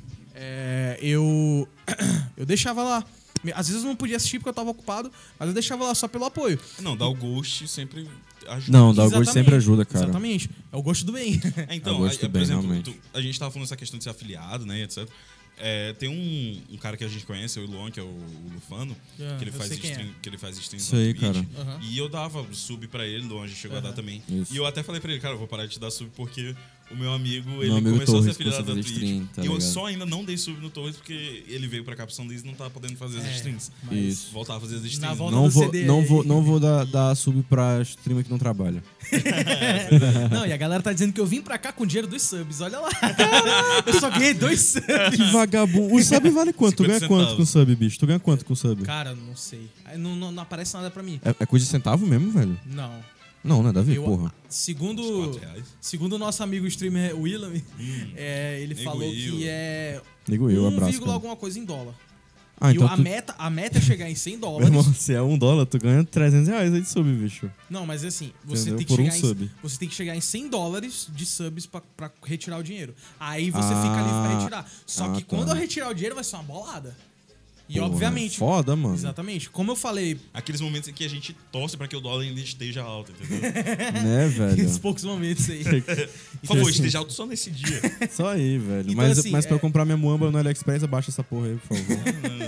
é, eu... eu deixava lá. Às vezes eu não podia assistir porque eu tava ocupado, mas eu deixava lá só pelo apoio. Não, dar o ghost sempre ajuda. Não, dar o gosto Exatamente, sempre ajuda, cara. Exatamente. É o gosto do bem. É, então, Eu gosto aí, bem, por exemplo, realmente. tu- a gente tava falando essa questão de ser afiliado, né, etcétera. É, tem um, um cara que a gente conhece, o Luan, que é o, o Lufano, Ah, que ele eu faz sei quem stream, é. que ele faz stream Isso no aí, Twitch. cara. Aham. E eu dava sub pra ele, Luan, a gente chegou a dar também. Isso. E eu até falei pra ele, cara, eu vou parar de te dar sub porque o meu amigo, ele amigo começou Torres a ser afiliado da começou a Twitch. fazer stream, tá e eu ligado? só ainda não dei sub no Torres porque ele veio pra cá pro São Luís e não tava podendo fazer as É, streams. mas- Isso. Voltar a fazer as Na streams. volta- né? Não do vou, C D não aí. vou, não vou dar, dar sub pra streamer que não trabalha. Não, e a galera tá dizendo que eu vim pra cá com dinheiro dos subs. Olha lá. Eu só ganhei dois subs. Que vagabundo. O sub vale quanto? Tu ganha cinquenta quanto com centavos. sub, bicho? Tu ganha quanto com sub? Cara, não sei. Aí Não, não, não aparece nada pra mim. É, é coisa de centavo mesmo, velho? Não. Não, né, Davi? Eu, Porra. segundo quatro reais. segundo o nosso amigo streamer Willam, é, ele Nego falou Will. que é Digo eu, um abraço. vírgula Cara. alguma coisa em dólar. Ah, e então a, tu... meta, a meta é chegar em cem Meu dólares. irmão, se é um dólar, tu ganha trezentos reais aí de sub, bicho. Não, mas assim, você Entendeu? tem, que Por um chegar em, sub. você tem que chegar em cem dólares de subs pra, pra retirar o dinheiro. Aí você Ah, fica livre pra retirar. Só ah, que tá. quando eu retirar o dinheiro vai ser uma bolada. E Porra, obviamente. Foda, mano. Exatamente. Como eu falei, Aqueles momentos em que a gente torce pra que o dólar ainda esteja alto, entendeu? Né, velho? nesses poucos momentos aí. Por favor, esteja alto só nesse dia. Só aí, velho. Então, mas assim, mas pra é- eu comprar minha muamba no AliExpress, abaixa essa porra aí, por favor.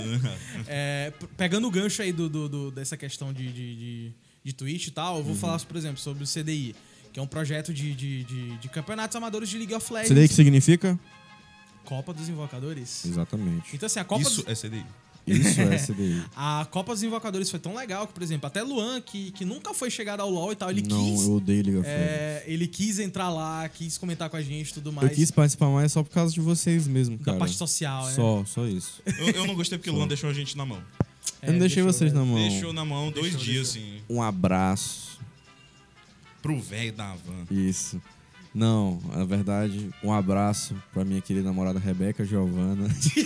É, p- pegando o gancho aí do, do- do- dessa questão de, de, de, de Twitch e tal, eu Uhum. vou falar, por exemplo, sobre o C D I, que é um projeto de, de, de, de campeonatos amadores de League of Legends. C D I que significa? Copa dos Invocadores? Exatamente. Então, assim, a Copa Isso dos... é C D I. Isso é C D I. A Copa dos Invocadores foi tão legal que, por exemplo, até Luan, que, que nunca foi chegado ao LoL e tal, ele Não, quis... eu odeio League of Legends. é, ele quis entrar lá, quis comentar com a gente e tudo mais. Eu quis participar mais só por causa de vocês mesmo, da cara. parte social, né? Só, só isso. Eu, eu não gostei porque o Luan deixou a gente na mão. É, eu não deixei deixou, vocês né? na mão. Deixou na mão dois Deixou, dias, deixou. assim. Um abraço. Pro velho da van. Isso. Não, na verdade, um abraço pra minha querida namorada Rebeca Giovana,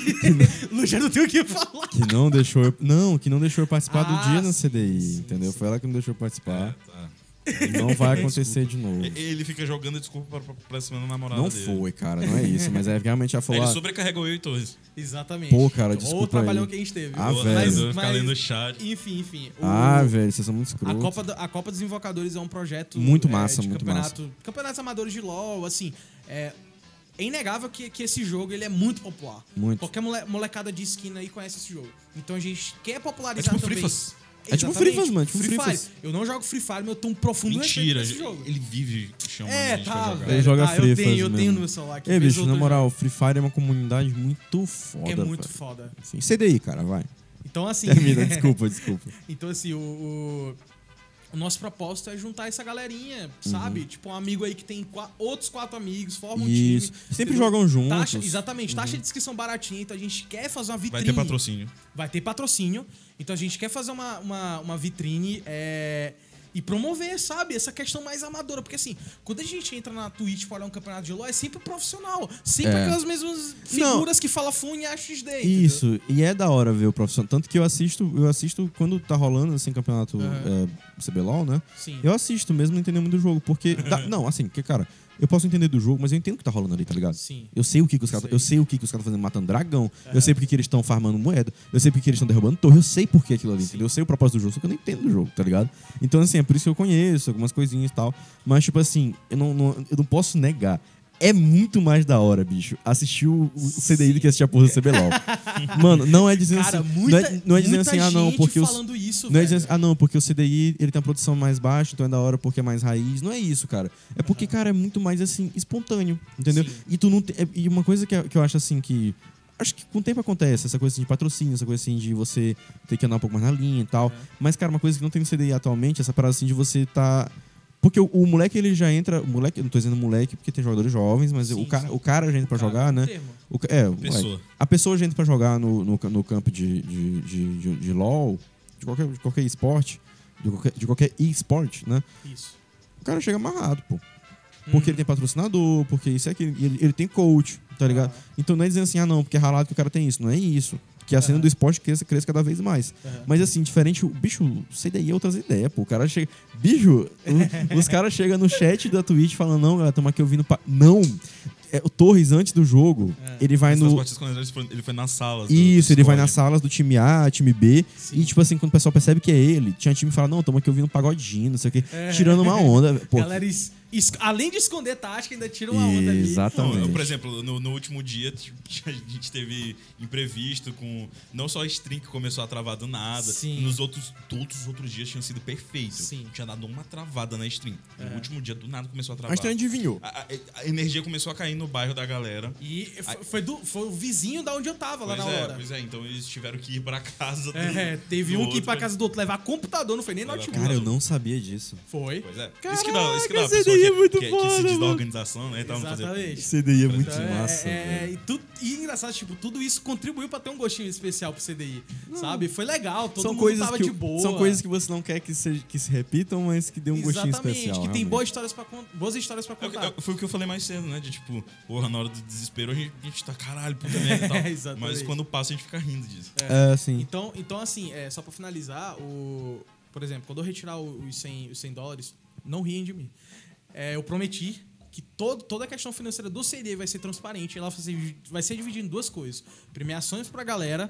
Lu, já não tem o que falar. que não deixou eu, não, que não deixou eu participar Ah, do dia na sim, C D I, sim, entendeu? sim. Foi ela que não deixou eu participar. Tá. E não vai acontecer de novo. Ele fica jogando desculpa pra, pra, pra cima da namorada Não dele. foi, cara, não é isso, mas é realmente ela Aí falou, ele ah, sobrecarregou eu e Torres. Exatamente. Pô, cara, Ou desculpa o trabalhão aí. que a gente teve. Ah, Mas- velho. mas- Eu ficar lendo o chat. Enfim, enfim. o- ah, velho, vocês são muito A escrotos. Copa, do- a Copa dos Invocadores é um projeto Muito é, massa, de muito campeonato, campeonatos amadores de LoL, assim, é, é inegável que, que esse jogo ele é muito popular. Muito. Qualquer mole- molecada de esquina aí conhece esse jogo. Então a gente quer É popularizar tipo também. Free Fire. É tipo Exatamente. Free Fire, mano, tipo Free Free Fire. Fire. Eu não jogo Free Fire, mas eu tenho um profundo Mentira, respeito por esse jogo. ele vive chamando É, a gente pra tá, jogar. velho. Ele joga tá, Free eu tenho, Fire eu mesmo. tenho no meu celular. aqui, Ei, vez bicho, ou na outra eu moral, Free Fire é uma comunidade muito foda. jogo. É muito velho. foda. Sim. C D I, cara, vai. Então, assim. Termina, desculpa, desculpa. Então, assim, o, o, o nosso propósito é juntar essa galerinha, Uhum. sabe? Tipo, um amigo aí que tem qua- outros quatro amigos, forma um Isso. time. Sempre entendeu? jogam juntos. Taxa, exatamente, taxa de inscrição baratinha, então a gente quer fazer uma Vai vitrine. ter patrocínio. Vai ter patrocínio. Então a gente quer fazer uma, uma, uma vitrine é, e promover, sabe? Essa questão mais amadora. Porque assim, quando a gente entra na Twitch pra olhar um campeonato de LoL, é sempre profissional. Sempre É. aquelas mesmas figuras que fala Fun e A X D. entendeu? Isso, e é da hora ver o profissional. Tanto que eu assisto, eu assisto quando tá rolando assim, campeonato Aham. é, C B L O L, né? Sim. Eu assisto mesmo não entendendo muito do jogo. Porque. dá- não, assim, porque, cara, eu posso entender do jogo, mas eu entendo o que tá rolando ali, tá ligado? Sim. Eu sei o que, que os caras. Sei. Eu sei o que, que os caras estão fazendo matando dragão. Eu sei porque que eles estão farmando moeda. Eu sei porque que eles estão derrubando torre. Eu sei por que aquilo ali, entendeu? Eu sei o propósito do jogo, só que eu não entendo do jogo, tá ligado? Então, assim, é por isso que eu conheço algumas coisinhas e tal. Mas, tipo assim, eu não, não- eu não posso negar. É muito mais da hora, bicho, assistir o, o C D I do que assistir a porra do C B L O L. Mano, não é dizendo Cara, assim. muita, não é, não é dizendo muita assim, ah, não, gente porque os. falando isso, Não é velho. dizendo assim, ah, não, porque o C D I ele tem uma produção mais baixa, então é da hora porque é mais raiz. Não é isso, cara. É porque, cara, é muito mais assim, espontâneo, entendeu? Sim. E tu não tem. é- E uma coisa que, eu- que eu acho assim que. Acho que com o tempo acontece, essa coisa assim de patrocínio, essa coisa assim de você ter que andar um pouco mais na linha e tal. Mas, cara, uma coisa que não tem no C D I atualmente, essa parada assim de você tá. Porque o, o moleque, ele já entra. O moleque, eu não tô dizendo moleque porque tem jogadores jovens, mas Sim, o, cara, sim. o cara já entra pra Cara, jogar, né? termo. O ca- é, o Pessoa. moleque. A pessoa já entra pra jogar no, no, no campo de, de, de, de, de LoL, de qualquer, de qualquer esporte, de qualquer, de qualquer e-sport, né? Isso. O cara chega amarrado, pô. Porque Uhum. ele tem patrocinador, porque isso é aquilo. e Ele, ele tem coach, tá ligado? Ah. Então não é dizendo assim, ah, não, porque é ralado que o cara tem isso. Não é isso. Que a cena Aham. do esporte cresça, cresça cada vez mais. Aham. Mas assim, diferente, o bicho, sei daí é outras ideias, pô. O cara chega. Bicho, o- os caras chegam no chat da Twitch falando, não, galera, estamos aqui ouvindo. Pa... Não! É, o Torres, antes do jogo, É. ele vai Essas no. partidas, quando ele foi, ele foi nas salas. do- Isso, do ele vai Discord. nas salas do time A, time B. Sim. E, tipo assim, quando o pessoal percebe que é ele, tinha time que fala, não, estamos aqui ouvindo um pagodinho, não sei o quê, É. tirando uma onda. Pô, Galera, es- es- além de esconder tática, ainda tira uma onda ali. Exatamente. Não, eu, por exemplo, no, no último dia tipo, a gente teve imprevisto com não só a stream que começou a travar do nada, Sim. nos outros todos os outros dias tinham sido perfeitos. Sim. Não tinha dado uma travada na stream. É. No último dia do nada começou a travar. Mas tu adivinhou. A, a- a energia começou a cair no bairro da galera. E foi, foi, do- foi o vizinho da onde eu tava lá Pois na é, hora. pois é, então eles tiveram que ir pra casa do, É, teve do um que ir pra outro. casa do outro levar computador, não foi nem Levar notebook. Cara, eu não sabia disso. Foi. Pois é. Caraca, isso que dá, isso que dá uma esse pessoa daí é que, muito que, que foda, se diz da mano. organização, né? Então, fazer- Exatamente. C D I é muito Então, é- massa, é, velho. e, tu- e engraçado, tipo, tudo isso contribuiu pra ter um gostinho especial pro C D I, sabe? Foi legal, todo São mundo coisas, tava que, de boa. são coisas que você não quer que se, que se repitam, mas que dê um gostinho Exatamente, especial. que tem realmente. boas histórias pra, con- boas histórias pra É o que- contar. é- Foi o que eu falei mais cedo, né? De tipo, porra, na hora do desespero a gente, a gente tá caralho, puta merda e tal. É, exatamente. Mas quando passa a gente fica rindo disso. É, sim. Então, então assim, é, só pra finalizar, o, por exemplo, quando eu retirar o- os cem, os cem dólares, não riem de mim. É, eu prometi que todo, toda a questão financeira do C D I vai ser transparente. Ela vai ser, vai ser dividida em duas coisas. Premiações pra galera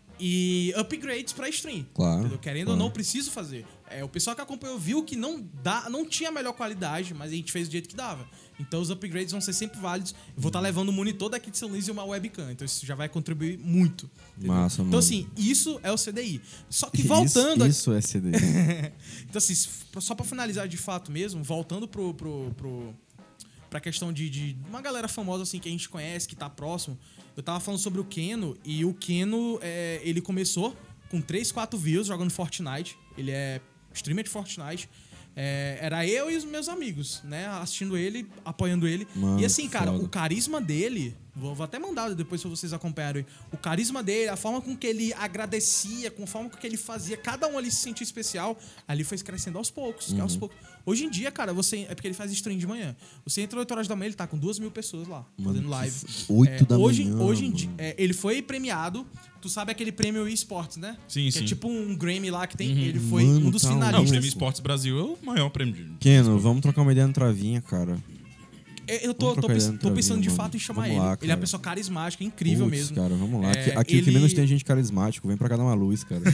e upgrades pra stream. Claro, Entendeu? Querendo claro. ou não, preciso fazer. É, o pessoal que acompanhou viu que não, dá, não tinha a melhor qualidade, mas a gente fez do jeito que dava. Então os upgrades vão ser sempre válidos. Eu vou estar levando um monitor daqui de São Luís e uma webcam. Então isso já vai contribuir muito. entendeu? Massa, Então mano. assim, isso é o C D I. Só que voltando... Isso, isso é C D I. Então, assim, só pra finalizar de fato mesmo, voltando pro, pro, pro, pra questão de, de uma galera famosa, assim, que a gente conhece, que tá próximo, eu tava falando sobre o Keno, e o Keno, é, ele começou com três, quatro views jogando Fortnite. Ele é streamer de Fortnite. É, era eu e os meus amigos, né? Assistindo ele, apoiando ele. Mano, e assim, cara, foda. o carisma dele... Vou, vou até mandar depois pra vocês acompanharem. O carisma dele, a forma com que ele agradecia, com a forma com que ele fazia cada um ali se sentir especial, ali foi crescendo aos poucos, Uhum. aos poucos. Hoje em dia, cara, você... É porque ele faz stream de manhã. Você entra oito horas da manhã, ele tá com duas mil pessoas lá, Mano, fazendo live. oito É, da hoje, manhã, Hoje em mano. dia, é, ele foi premiado. Tu sabe aquele prêmio eSports, né? Sim, que sim. é tipo um Grammy lá que tem. Ele foi Mano, um dos tá Não, o finalistas. Prêmio Esportes Brasil é o maior prêmio de... Keno, vamos trocar uma ideia no Travinha, cara. É, Eu tô, Vamos tô, trocar pens- ideia no tô pensando de Travinha, fato em mano. chamar Vamos ele. lá, Ele é cara. uma pessoa carismática, incrível Putz, mesmo. cara, vamos lá. É, aqui aqui o que ele- menos tem é gente carismático. Vem pra cá dar uma luz, cara.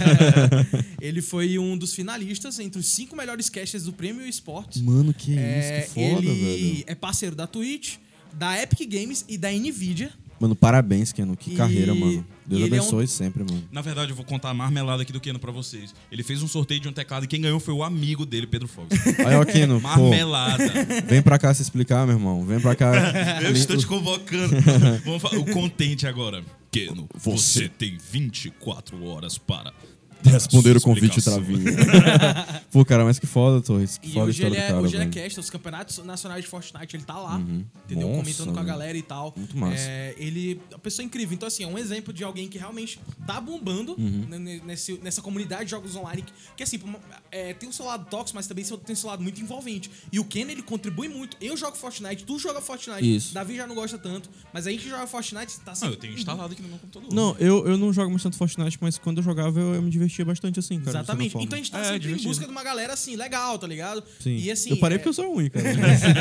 Ele foi um dos finalistas entre os cinco melhores casters do Prêmio Esportes. Mano, que É, isso, que foda, ele velho. é parceiro da Twitch, da Epic Games e da Nvidia. Mano, parabéns, Keno. Que E- carreira, mano. Deus e ele é um- abençoe sempre, mano. Na verdade, eu vou contar a marmelada aqui do Keno pra vocês. Ele fez um sorteio de um teclado e quem ganhou foi o amigo dele, Pedro Fox. Aí, ó, Keno, pô, Marmelada. vem pra cá se explicar, meu irmão. Vem pra cá. Eu estou te convocando. Vamos falar, o contente agora. Keno, você, Você. tem vinte e quatro horas para Responder o sua convite explicação. Travinha. Pô, cara, mas que foda, Torres. Que E foda a hoje história ele, do é, cara, hoje ele é velho. caster, os campeonatos nacionais de Fortnite, ele tá lá, Uhum. entendeu? Nossa, Comentando com a velho. galera e tal. Muito massa. É, ele é uma pessoa incrível. Então, assim, é um exemplo de alguém que realmente tá bombando Uhum. né, ne- nesse, nessa comunidade de jogos online. Que, que assim, por uma- é, tem o seu lado tóxico, mas também tem o seu lado muito envolvente. E o Ken, ele contribui muito. Eu jogo Fortnite, tu joga Fortnite. Isso. Davi já não gosta tanto. Mas a gente joga Fortnite, tá assim. Não, eu tenho instalado aqui no meu computador. Não, eu, eu não jogo mais tanto Fortnite, mas quando eu jogava eu, eu me divertia bastante assim, cara. de certa Exatamente. forma. Então a gente tá É, sempre divertido. em busca de uma galera assim, legal, tá ligado? Sim. E assim. eu parei é, porque eu sou ruim, cara.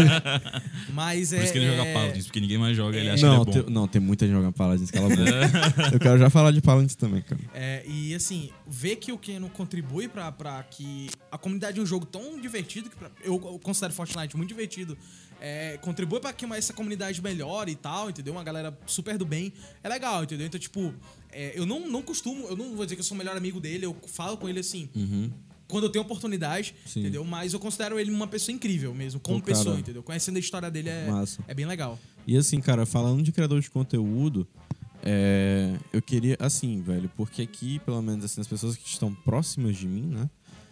Mas é. Por isso que ele joga é- Paladins, porque ninguém mais joga, ele acha não, que ele é bom. tem, não, tem muita gente jogando Paladins, cala a boca. Eu quero já falar de Paladins também, cara. É, e assim, ver que o Keno contribui pra, pra que a comunidade de um jogo tão divertido, que pra- eu, eu considero Fortnite muito divertido, é, contribui pra que uma- essa comunidade melhore e tal, entendeu? Uma galera super do bem. É legal, entendeu? Então, tipo, é, eu não, não costumo, eu não vou dizer que eu sou o melhor amigo dele, eu falo com ele assim. Quando eu tenho oportunidade, Sim. entendeu? Mas eu considero ele uma pessoa incrível mesmo, como Pô, cara, pessoa, entendeu? Conhecendo a história dele é, massa. é bem legal. E assim, cara, falando de criador de conteúdo, é, eu queria, assim, velho, porque aqui, pelo menos assim, as pessoas que estão próximas de mim, né?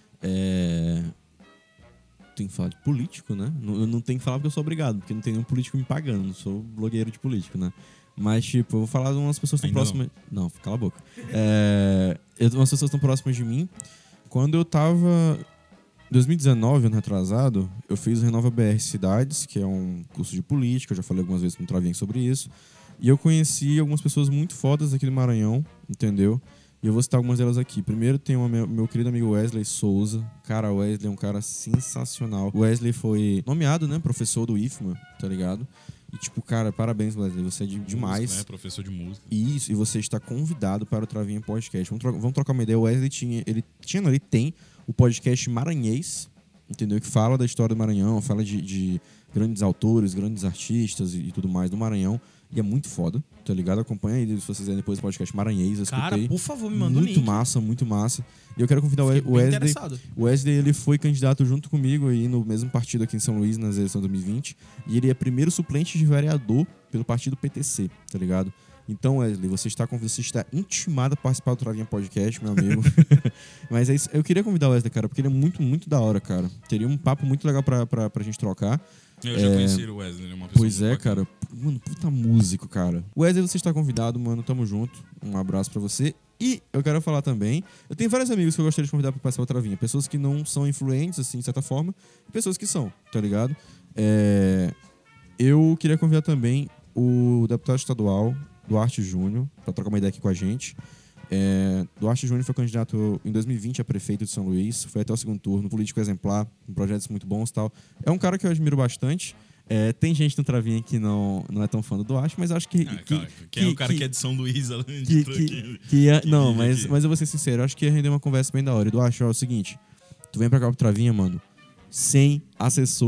É, tem que falar de político, né? Não, eu não tenho que falar porque eu sou obrigado, porque não tem nenhum político me pagando, não sou blogueiro de político, né? Mas, tipo, eu vou falar de umas pessoas que estão Ainda próximas. Não. cala a boca. É, eu, umas pessoas que estão próximas de mim. Quando eu tava. Em dois mil e dezenove, ano retrasado, eu fiz o Renova B R Cidades, que é um curso de política, eu já falei algumas vezes com o Travinha sobre isso. E eu conheci algumas pessoas muito fodas aqui do Maranhão, entendeu? E eu vou citar algumas delas aqui. Primeiro tem o meu, meu querido amigo Wesley Souza. Cara, o Wesley é um cara sensacional. O Wesley foi nomeado, né, professor do I F M A, tá ligado? E tipo, cara, parabéns, Wesley, você é de- demais. Música, né? Professor de música. Isso, e você está convidado para o Travinha Podcast. Vamos, tro vamos trocar uma ideia. O Wesley tinha, ele tinha, não, ele tem o podcast Maranhês, entendeu? Que fala da história do Maranhão, fala de, de grandes autores, grandes artistas e, e tudo mais do Maranhão. E é muito foda, tá ligado? Acompanha aí, se vocês quiserem depois o podcast Maranhês, eu Cara, escutei. por favor, me manda o Muito link. massa, muito massa. E eu quero convidar o Fiquei We- o bem Wesley. interessado. O Wesley, ele foi candidato junto comigo aí no mesmo partido aqui em São Luís, nas eleições de dois mil e vinte. E ele é primeiro suplente de vereador pelo partido P T C, tá ligado? Então, Wesley, você está, conv- você está intimado a participar do Travinha Podcast, meu amigo. Mas é isso. Eu queria convidar o Wesley, cara, porque ele é muito, muito da hora, cara. Teria um papo muito legal pra, pra, pra gente trocar. Eu já É, conheci o Wesley, ele é uma pessoa Pois muito é, bacana. cara. Mano, puta músico, cara. Wesley, você está convidado, mano. Tamo junto. Um abraço pra você. E eu quero falar também. Eu tenho vários amigos que eu gostaria de convidar pra participar do Travinha. Pessoas que não são influentes, assim, de certa forma. E pessoas que são, tá ligado? É, Eu queria convidar também o deputado estadual, Duarte Júnior, pra trocar uma ideia aqui com a gente. É, Duarte Júnior foi candidato em dois mil e vinte a prefeito de São Luís, foi até o segundo turno, político exemplar, com projetos muito bons e tal. É um cara que eu admiro bastante. É, tem gente no Travinha que não, não é tão fã do Duarte, mas acho que. Ah, que, cara, quem é o cara que, é de São Luís, além que, de que, aqui? que ia- que não, vive mas, aqui. mas eu vou ser sincero, eu acho que ia render uma conversa bem da hora. E Duarte, ó, é o seguinte: tu vem pra cá pro Travinha, mano, sem assessor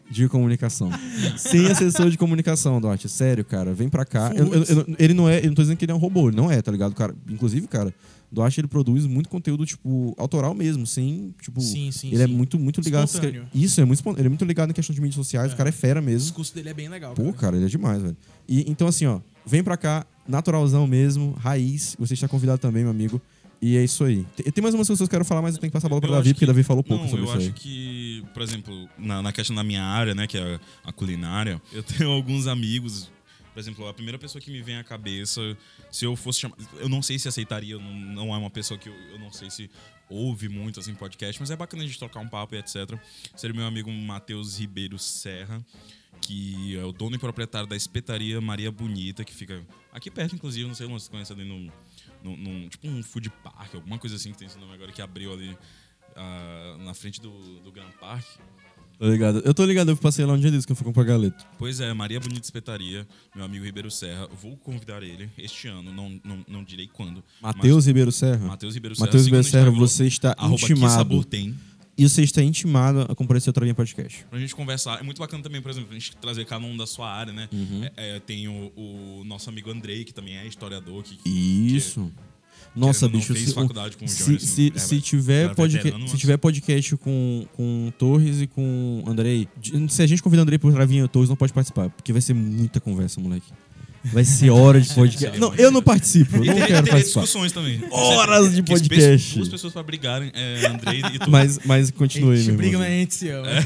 de comunicação. Sem assessor de comunicação, Duarte. Sério, cara. Vem pra cá. Eu, eu, eu, ele não é... Eu não tô dizendo que ele é um robô. Ele não é, tá ligado? Cara, inclusive, cara, Duarte, ele produz muito conteúdo, tipo, autoral mesmo. Sem, tipo... Sim, sim, ele sim. é muito, muito ligado... Espontâneo. Isso, é muito espontâneo. Ele é muito ligado em questão de mídias sociais. É. O cara é fera O mesmo. discurso dele é bem legal. Pô, cara, ele é demais, velho. E, então, assim, ó. Vem pra cá. Naturalzão mesmo. Raiz. Você está convidado também, meu amigo. E é isso aí. Tem, tem mais umas coisas que eu quero falar, mas eu tenho que passar a bola pra Eu Davi, acho porque que- Davi falou pouco Não, sobre eu isso acho aí. que, por exemplo, na, na questão da minha área, né, que é a culinária, eu tenho alguns amigos. Por exemplo, a primeira pessoa que me vem à cabeça, se eu fosse chamar. Eu não sei se aceitaria, não, não é uma pessoa que eu, eu não sei se ouve muito assim podcast, mas é bacana a gente trocar um papo e etcétera. Seria meu amigo Matheus Ribeiro Serra, que é o dono e proprietário da espetaria Maria Bonita, que fica aqui perto, inclusive, não sei onde você conhece ali no. Num, num, tipo um food park, alguma coisa assim que tem esse nome agora, que abriu ali uh, na frente do, do Grand Park. Tô ligado. Eu tô ligado, eu passei lá um dia desse que eu fui comprar galeto. Pois é, Maria Bonita Espetaria, meu amigo Ribeiro Serra. Vou convidar ele este ano, não, não, não direi quando. Matheus Ribeiro Serra. Matheus Ribeiro Serra. Matheus Ribeiro siga no Serra, Instagram, você está arroba Que intimado. Sabor Tem. E você está intimado a comparecer ao Travinha Podcast. Pra gente conversar. É muito bacana também, por exemplo, a gente trazer cada um da sua área, né? Uhum. É, é, tem o, o nosso amigo Andrei, que também é historiador. Que, Isso. Nossa, querendo ou bicho. não, fez se, faculdade com o se, Johnny, se, assim, se é, tiver era podca- veterano, se mas- tiver podcast com, com Torres e com Andrei, de- se a gente convidar Andrei pro Travinha, Torres não pode participar, porque vai ser muita conversa, moleque. Vai ser hora de podcast. Não, eu não participo, eu E não teria, quero teria participar. discussões também. Horas de Que espe- podcast. Duas pessoas pra brigarem, é, Andrei e tu. Mas, mas A continue, gente meu briga, irmão. mas a gente se ama.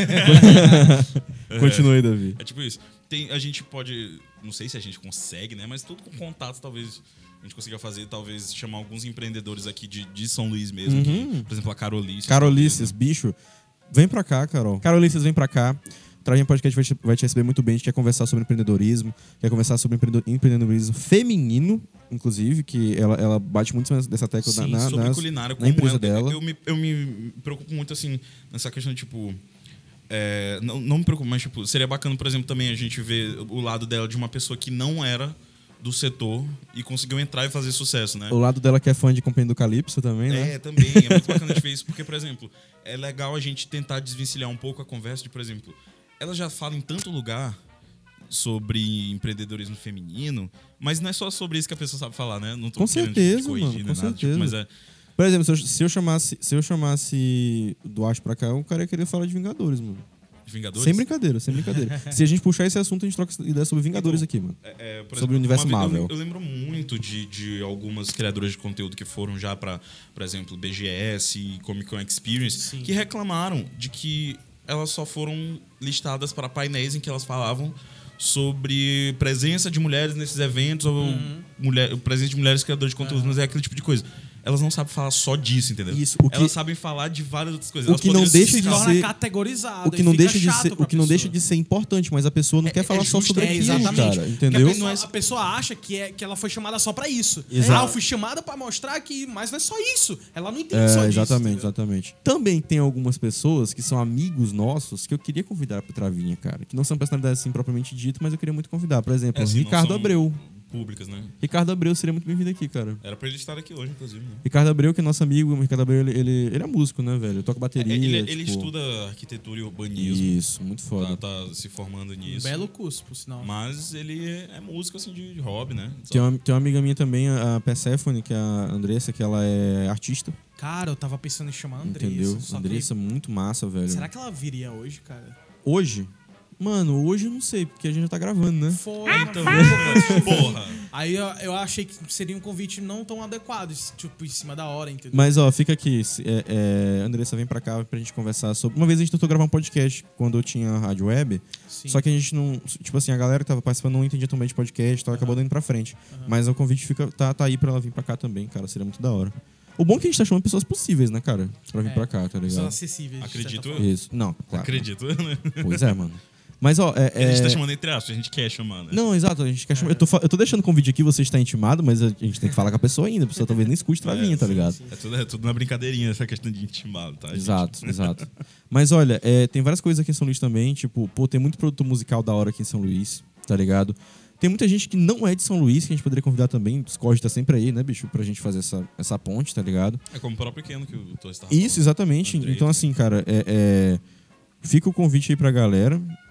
Continue, Davi. É tipo isso. Tem, a gente pode. Não sei se a gente consegue, né? Mas tudo com contatos, talvez a gente consiga fazer, talvez chamar alguns empreendedores aqui de, de São Luís mesmo. Uhum. Que, por exemplo, a Carolice. Carolices, bicho, vem pra cá, Carol. Carolices, vem pra cá. O Travinha Podcast vai te, vai te receber muito bem. A gente quer conversar sobre empreendedorismo, quer conversar sobre empreendedor- empreendedorismo feminino, inclusive, que ela, ela bate muito nessa tecla Sim, na, sobre nas- culinária. na Como empresa é, dela. Eu, eu me, eu me preocupo muito, assim, nessa questão, tipo... é, não, não me preocupo, mas, tipo, seria bacana, por exemplo, também a gente ver o lado dela de uma pessoa que não era do setor e conseguiu entrar e fazer sucesso, né? O lado dela que é fã de Companhia do Calypso também, né? É, também. É muito bacana a gente ver isso, porque, por exemplo, é legal a gente tentar desvencilhar um pouco a conversa de, por exemplo, ela já fala em tanto lugar sobre empreendedorismo feminino, mas não é só sobre isso que a pessoa sabe falar, né? Não tô Com querendo certeza, te corrigir mano, nem com nada, tipo, certeza. mas é... Por exemplo, se eu, se eu chamasse se eu chamasse Duarte pra cá, o cara ia querer falar de Vingadores, mano. Vingadores? Sem brincadeira, sem brincadeira. Se a gente puxar esse assunto, a gente troca ideia sobre Vingadores aqui, mano. É, é, por Sobre o universo uma vez- Marvel. Eu, eu lembro muito de, de algumas criadoras de conteúdo que foram já pra, por exemplo, B G S e Comic Con Experience, Sim. que reclamaram de que elas só foram listadas para painéis em que elas falavam sobre presença de mulheres nesses eventos ou Uhum. mulher, presença de mulheres criadoras de conteúdo, mas é aquele tipo de coisa. Elas não sabem falar só disso, entendeu? Isso, o que- Elas sabem falar de várias outras coisas. O Elas que não poderiam deixa se de Se escalar- torna ser- categorizado. O que e não fica deixa de chato ser, pra o que não pessoa. deixa de ser importante, mas a pessoa não quer falar é só justo, sobre É, aquilo, exatamente. cara, Porque entendeu? A pessoa, Mas- a pessoa acha que, é, que ela foi chamada só pra isso. Exato. Ah, eu fui chamada pra mostrar que... Mas não é só isso. Ela não entende É, só disso. exatamente, entendeu? exatamente. Também tem algumas pessoas que são amigos nossos que eu queria convidar pro Travinha, cara. Que não são personalidades assim propriamente dito, mas eu queria muito convidar. Por exemplo, É, assim, não Ricardo são Abreu. Públicas, né? Ricardo Abreu seria muito bem-vindo aqui, cara. Era pra ele estar aqui hoje, inclusive. Né? Ricardo Abreu, que é nosso amigo. O Ricardo Abreu, ele, ele, ele é músico, né, velho? Ele toca bateria. É, ele, ele tipo... estuda arquitetura e urbanismo. Isso, muito foda. Tá, tá se formando Um nisso. belo curso, por sinal. Mas ele é, é músico, assim, de, de hobby, né? Tem uma, tem uma amiga minha também, a Persephone, que é a Andressa, que ela é artista. Cara, eu tava pensando em chamar a Andressa. Entendeu? só que- Andressa, muito massa, velho. Será que ela viria hoje, cara? Hoje? Mano, hoje eu não sei, porque a gente já tá gravando, né? Foi, Então, mas- porra. Aí eu, eu achei que seria um convite não tão adequado, tipo, em cima da hora, entendeu? Mas, ó, fica aqui. se- É, é, Andressa, vem pra cá pra gente conversar sobre... Uma vez a gente tentou gravar um podcast quando eu tinha a rádio web, Sim. só que a gente não... Tipo assim, a galera que tava participando não entendia tão bem de podcast, então acabou dando pra frente. Mas o convite fica, tá, tá aí pra ela vir pra cá também, cara. Seria muito da hora. O bom é que a gente tá chamando pessoas possíveis, né, cara? Pra vir É, pra cá, tá Pessoas ligado? acessíveis. de Acredito certa eu. forma. Isso. Não, claro. Acredito, né? Pois é, mano. Mas, ó, é... A gente é- tá chamando entre aspas, a gente quer chamar, né? Não, exato, a gente quer chamar. Eu tô, fa- eu tô deixando o convite aqui, você está intimado, mas a gente tem que falar com a pessoa ainda. A pessoa talvez nem escute Travinha, tá sim, ligado? É tudo, é tudo na brincadeirinha, essa questão de intimado, tá? gente? Exato, exato. Mas olha, é, tem várias coisas aqui em São Luís também, tipo, pô, tem muito produto musical da hora aqui em São Luís, tá ligado? Tem muita gente que não é de São Luís, que a gente poderia convidar também. O Discord tá sempre aí, né, bicho? Pra gente fazer essa, essa ponte, tá ligado? É como o próprio Keno que o Torres tá Isso, exatamente. Andrei. Então, assim, cara, é, é, fica o convite aí pra galera.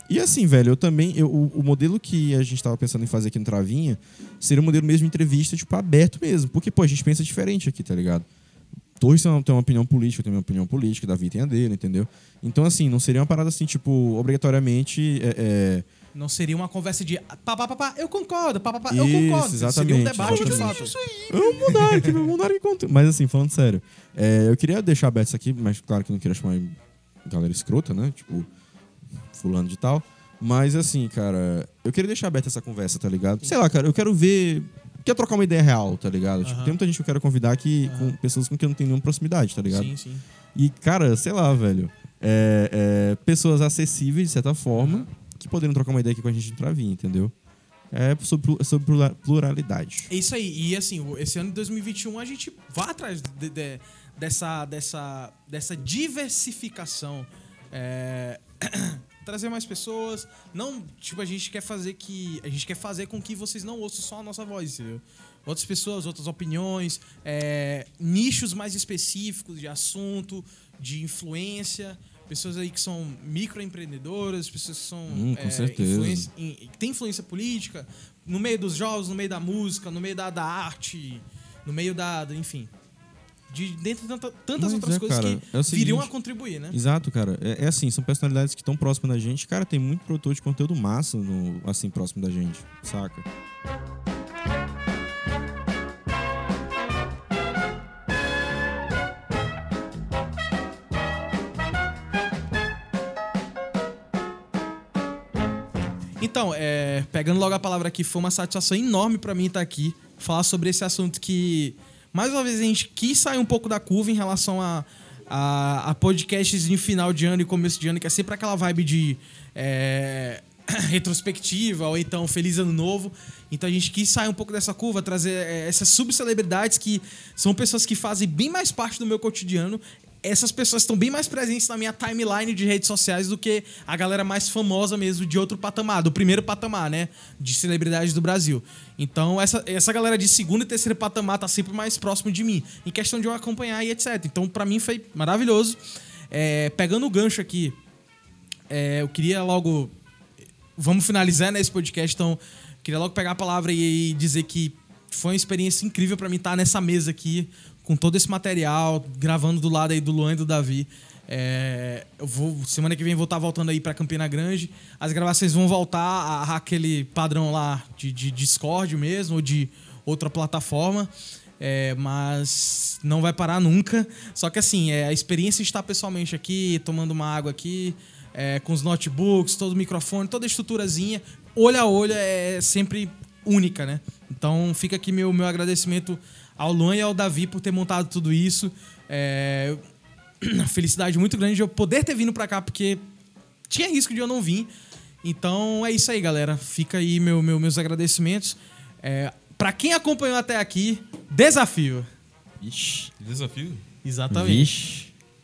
E assim, velho, eu também... Eu, o, o modelo que a gente tava pensando em fazer aqui no Travinha seria um modelo mesmo de entrevista, tipo, aberto mesmo. Porque, pô, a gente pensa diferente aqui, tá ligado? Torres tem uma, tem uma opinião política, eu tenho uma opinião política, Davi tem a dele, entendeu? Então, assim, não seria uma parada assim, tipo, obrigatoriamente... É, é... Não seria uma conversa de pá, pá, pá, pá, eu concordo, pá, pá, pá, eu Isso, concordo. exatamente, Seria um debate exatamente. de fato. Vamos mudar aqui, vamos mudar aqui conteúdo. Mas assim, falando sério, é, eu queria deixar aberto isso aqui, mas claro que não queria chamar galera escrota, né? Tipo, fulano de tal. Mas assim, cara, eu queria deixar aberta essa conversa, tá ligado? Sei lá, cara, eu quero ver... Quer trocar uma ideia real, tá ligado? Tipo, Aham. tem muita gente que eu quero convidar aqui com pessoas com quem eu não tenho nenhuma proximidade, tá ligado? Sim, sim. E, cara, sei lá, velho. É, é, pessoas acessíveis, de certa forma, que poderiam trocar uma ideia aqui com a gente no Travinha, entendeu? É sobre, é sobre pluralidade. É isso aí. E assim, esse ano de dois mil e vinte e um a gente vai atrás de, de, dessa, dessa, dessa diversificação. É... trazer mais pessoas. Não, tipo, a gente quer fazer que. A gente quer fazer com que vocês não ouçam só a nossa voz, entendeu? Outras pessoas, outras opiniões, é, nichos mais específicos de assunto, de influência. Pessoas aí que são microempreendedoras, pessoas que são Hum, com é, certeza. influência, em, que tem influência política, no meio dos jogos, no meio da música, no meio da, da arte, no meio da, da enfim, de dentre tanta, tantas Mas outras é, coisas cara, que é o viriam seguinte, a contribuir, né? Exato, cara. É, é assim, são personalidades que estão próximas da gente. Cara, tem muito produtor de conteúdo massa no, assim, próximo da gente, saca? Então, é, pegando logo a palavra aqui, foi uma satisfação enorme pra mim estar aqui, falar sobre esse assunto que, mais uma vez, a gente quis sair um pouco da curva em relação a, a, a podcasts de final de ano e começo de ano, que é sempre aquela vibe de é, retrospectiva ou então Feliz Ano Novo. Então a gente quis sair um pouco dessa curva, trazer é, essas subcelebridades que são pessoas que fazem bem mais parte do meu cotidiano. Essas pessoas estão bem mais presentes na minha timeline de redes sociais do que a galera mais famosa mesmo de outro patamar, do primeiro patamar, né? De celebridades do Brasil. Então, essa, essa galera de segundo e terceiro patamar tá sempre mais próximo de mim, em questão de eu acompanhar e etcétera. Então, pra mim, foi maravilhoso. É, pegando o gancho aqui, é, eu queria logo... Vamos finalizar, né, esse podcast, então... Queria logo pegar a palavra e, e dizer que foi uma experiência incrível pra mim estar nessa mesa aqui, com todo esse material, gravando do lado aí do Luan e do Davi. É, eu vou, semana que vem vou estar voltando aí pra Campina Grande. As gravações vão voltar a, a aquele padrão lá de, de Discord mesmo, ou de outra plataforma. É, mas não vai parar nunca. Só que assim, é, a experiência de estar pessoalmente aqui, tomando uma água aqui, é, com os notebooks, todo o microfone, toda a estruturazinha, olho a olho, é sempre única, né? Então fica aqui meu, meu agradecimento ao Luan e ao Davi por ter montado tudo isso. É... Felicidade muito grande de eu poder ter vindo pra cá, porque tinha risco de eu não vir. Então é isso aí, galera. Fica aí meu, meu, meus agradecimentos. É... Pra quem acompanhou até aqui, desafio. Ixi. Desafio? Exatamente. Vixe.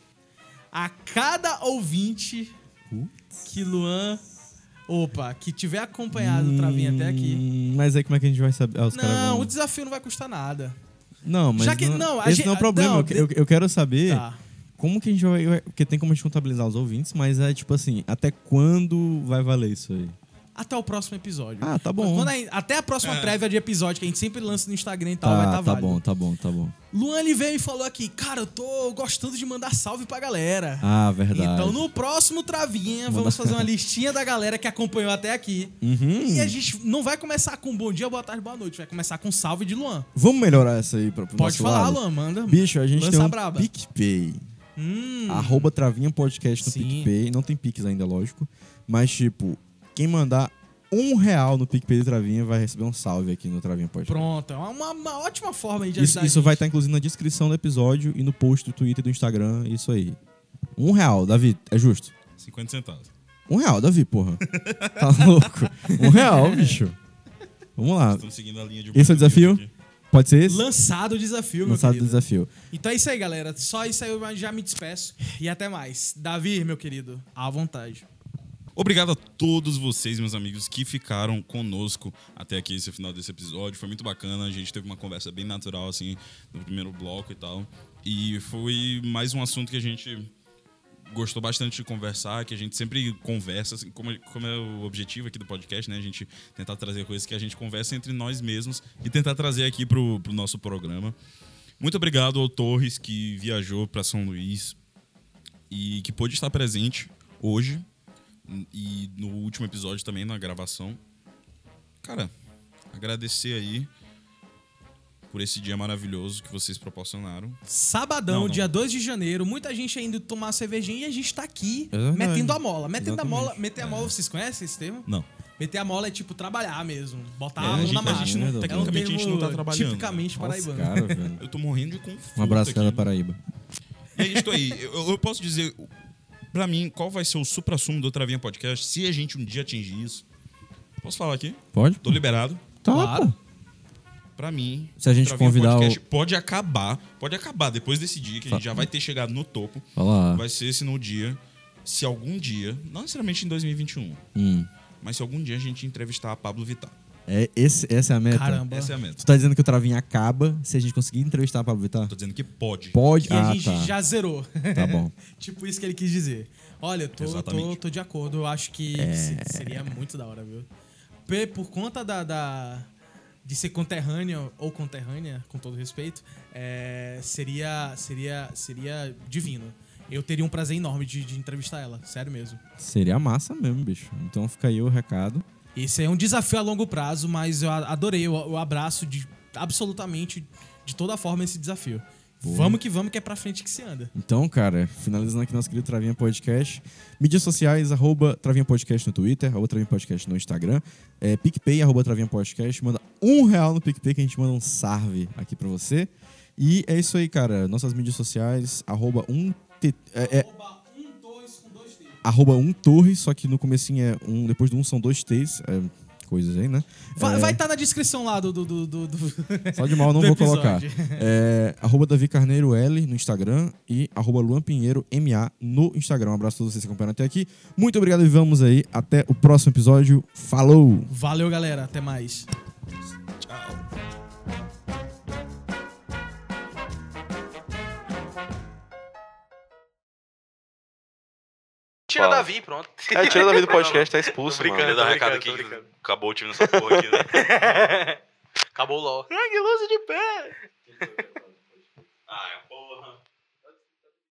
A cada ouvinte que Luan... Opa, que tiver acompanhado o Travinha até aqui... Hum, mas aí como é que a gente vai saber? Ah, os caras Não, vão... o desafio não vai custar nada. Não, mas Já que- não, não, a esse gente- não é o problema. não, eu, eu, eu quero saber Tá. como que a gente vai... Porque tem como a gente contabilizar os ouvintes, mas é tipo assim, até quando vai valer isso aí? Até o próximo episódio. Ah, tá bom. Quando a- até a próxima prévia de episódio, que a gente sempre lança no Instagram e tal, Tá, vai estar tá válido. bom, tá bom, tá bom. Luan, ele veio e falou aqui, cara, eu tô gostando de mandar salve pra galera. Ah, verdade. Então, no próximo Travinha, vamos fazer uma listinha da galera que acompanhou até aqui. Uhum. E a gente não vai começar com bom dia, boa tarde, boa noite. Vai começar com salve de Luan. Vamos melhorar essa aí pra, pro Pode nosso falar, lado? Luan, manda. Bicho, a gente Lança tem um braba. PicPay. Hum, Arroba Travinha Podcast no Sim. PicPay. Não tem Pix ainda, lógico. Mas, tipo, quem mandar um real no PicPay do Travinha vai receber um salve aqui no Travinha Podcast. pronto. É uma, uma ótima forma aí de Isso, ajudar isso a vai gente. estar, inclusive, na descrição do episódio e no post do Twitter e do Instagram. Isso aí. Um real, Davi, é justo? cinquenta centavos. Um real, Davi, porra. Tá louco? Um real, bicho. Vamos lá. Estamos seguindo a linha de Esse é o desafio? aqui. Pode ser esse? Lançado o desafio, meu Lançado o querido. desafio. Então é isso aí, galera. Só isso aí eu já me despeço. E até mais. Davi, meu querido, à vontade. Obrigado a todos vocês, meus amigos, que ficaram conosco até aqui esse final desse episódio. Foi muito bacana, a gente teve uma conversa bem natural, assim, no primeiro bloco e tal. E foi mais um assunto que a gente gostou bastante de conversar, que a gente sempre conversa, assim, como, como é o objetivo aqui do podcast, né? A gente tentar trazer coisas que a gente conversa entre nós mesmos e tentar trazer aqui pro, pro nosso programa. Muito obrigado ao Torres, que viajou para São Luís e que pôde estar presente hoje e no último episódio também, na gravação. Cara, agradecer aí por esse dia maravilhoso que vocês proporcionaram. Sabadão, Não, não. dia dois de janeiro, muita gente ainda tomar cervejinha e a gente tá aqui Exatamente. metendo a mola. Metendo Exatamente. a mola, meter a mola, vocês conhecem esse termo? Não. Meter a mola é tipo trabalhar mesmo, botar É, a a mão gente- na a massa. gente não- É um tecnicamente a gente não tá termo trabalhando. tipicamente Nossa, paraibano. cara, velho. Eu tô morrendo de conforto Um abraço, aqui. cara da Paraíba. É isso aí. Eu, eu posso dizer, pra mim, qual vai ser o supra-sumo do Travinha Podcast se a gente um dia atingir isso? Posso falar aqui? Pode? Tô liberado. Tá, Claro. pô. Pra mim, Se a gente Travinha convidar Podcast o- pode acabar. Pode acabar depois desse dia, que a gente Fa- já vai ter chegado no topo. Olha lá. Vai ser esse no dia, se algum dia, não necessariamente em dois mil e vinte e um, Hum. mas se algum dia a gente entrevistar a Pablo Vittar. É, esse, essa é a meta? Caramba. Essa é a meta. Tu tá dizendo que o Travinha acaba se a gente conseguir entrevistar a Pablo Vittar? Tô dizendo que pode. Pode? E a Ah, gente tá. já zerou. Tá bom. Tipo isso que ele quis dizer. Olha, eu tô, Exatamente. tô, tô de acordo. Eu acho que É. se- seria muito da hora, viu? P- Por conta da, da- de ser conterrâneo ou conterrânea, com todo respeito, é, seria, seria, seria divino. Eu teria um prazer enorme de, de entrevistar ela, sério mesmo. Seria massa mesmo, bicho. Então fica aí o recado. Esse é um desafio a longo prazo, mas eu a- adorei, eu, eu abraço de, absolutamente de toda forma esse desafio. Vamos que vamos, que é pra frente que se anda. Então, cara, finalizando aqui nosso querido Travinha Podcast. Mídias sociais, arroba Travinha Podcast no Twitter, arroba Travinha Podcast no Instagram. É, PicPay, arroba Travinha Podcast. Manda um real no PicPay que a gente manda um sarve aqui pra você. E é isso aí, cara. Nossas mídias sociais, arroba um... T, é, é, um, dois com dois T. arroba um torre, só que no comecinho é um, depois do um são dois T's. É, coisas aí, né? Vai É, vai tá na descrição lá do... do, do, do- do- Só de mal não do vou episódio. colocar. É, arroba Davi Carneiro L no Instagram e arroba Luan Pinheiro M A no Instagram. Um abraço a todos vocês que acompanharam até aqui. Muito obrigado e vamos aí. Até o próximo episódio. Falou! Valeu, galera. Até mais. Tchau. Tira Fala. Davi, pronto. É, tira Davi do podcast, tá expulso, Tô brincando, mano. tô Dar um brincando, recado tô aqui. brincando. Acabou o time nessa porra aqui, né? Acabou o LOL. Ai, que luz de pé! Ah, porra.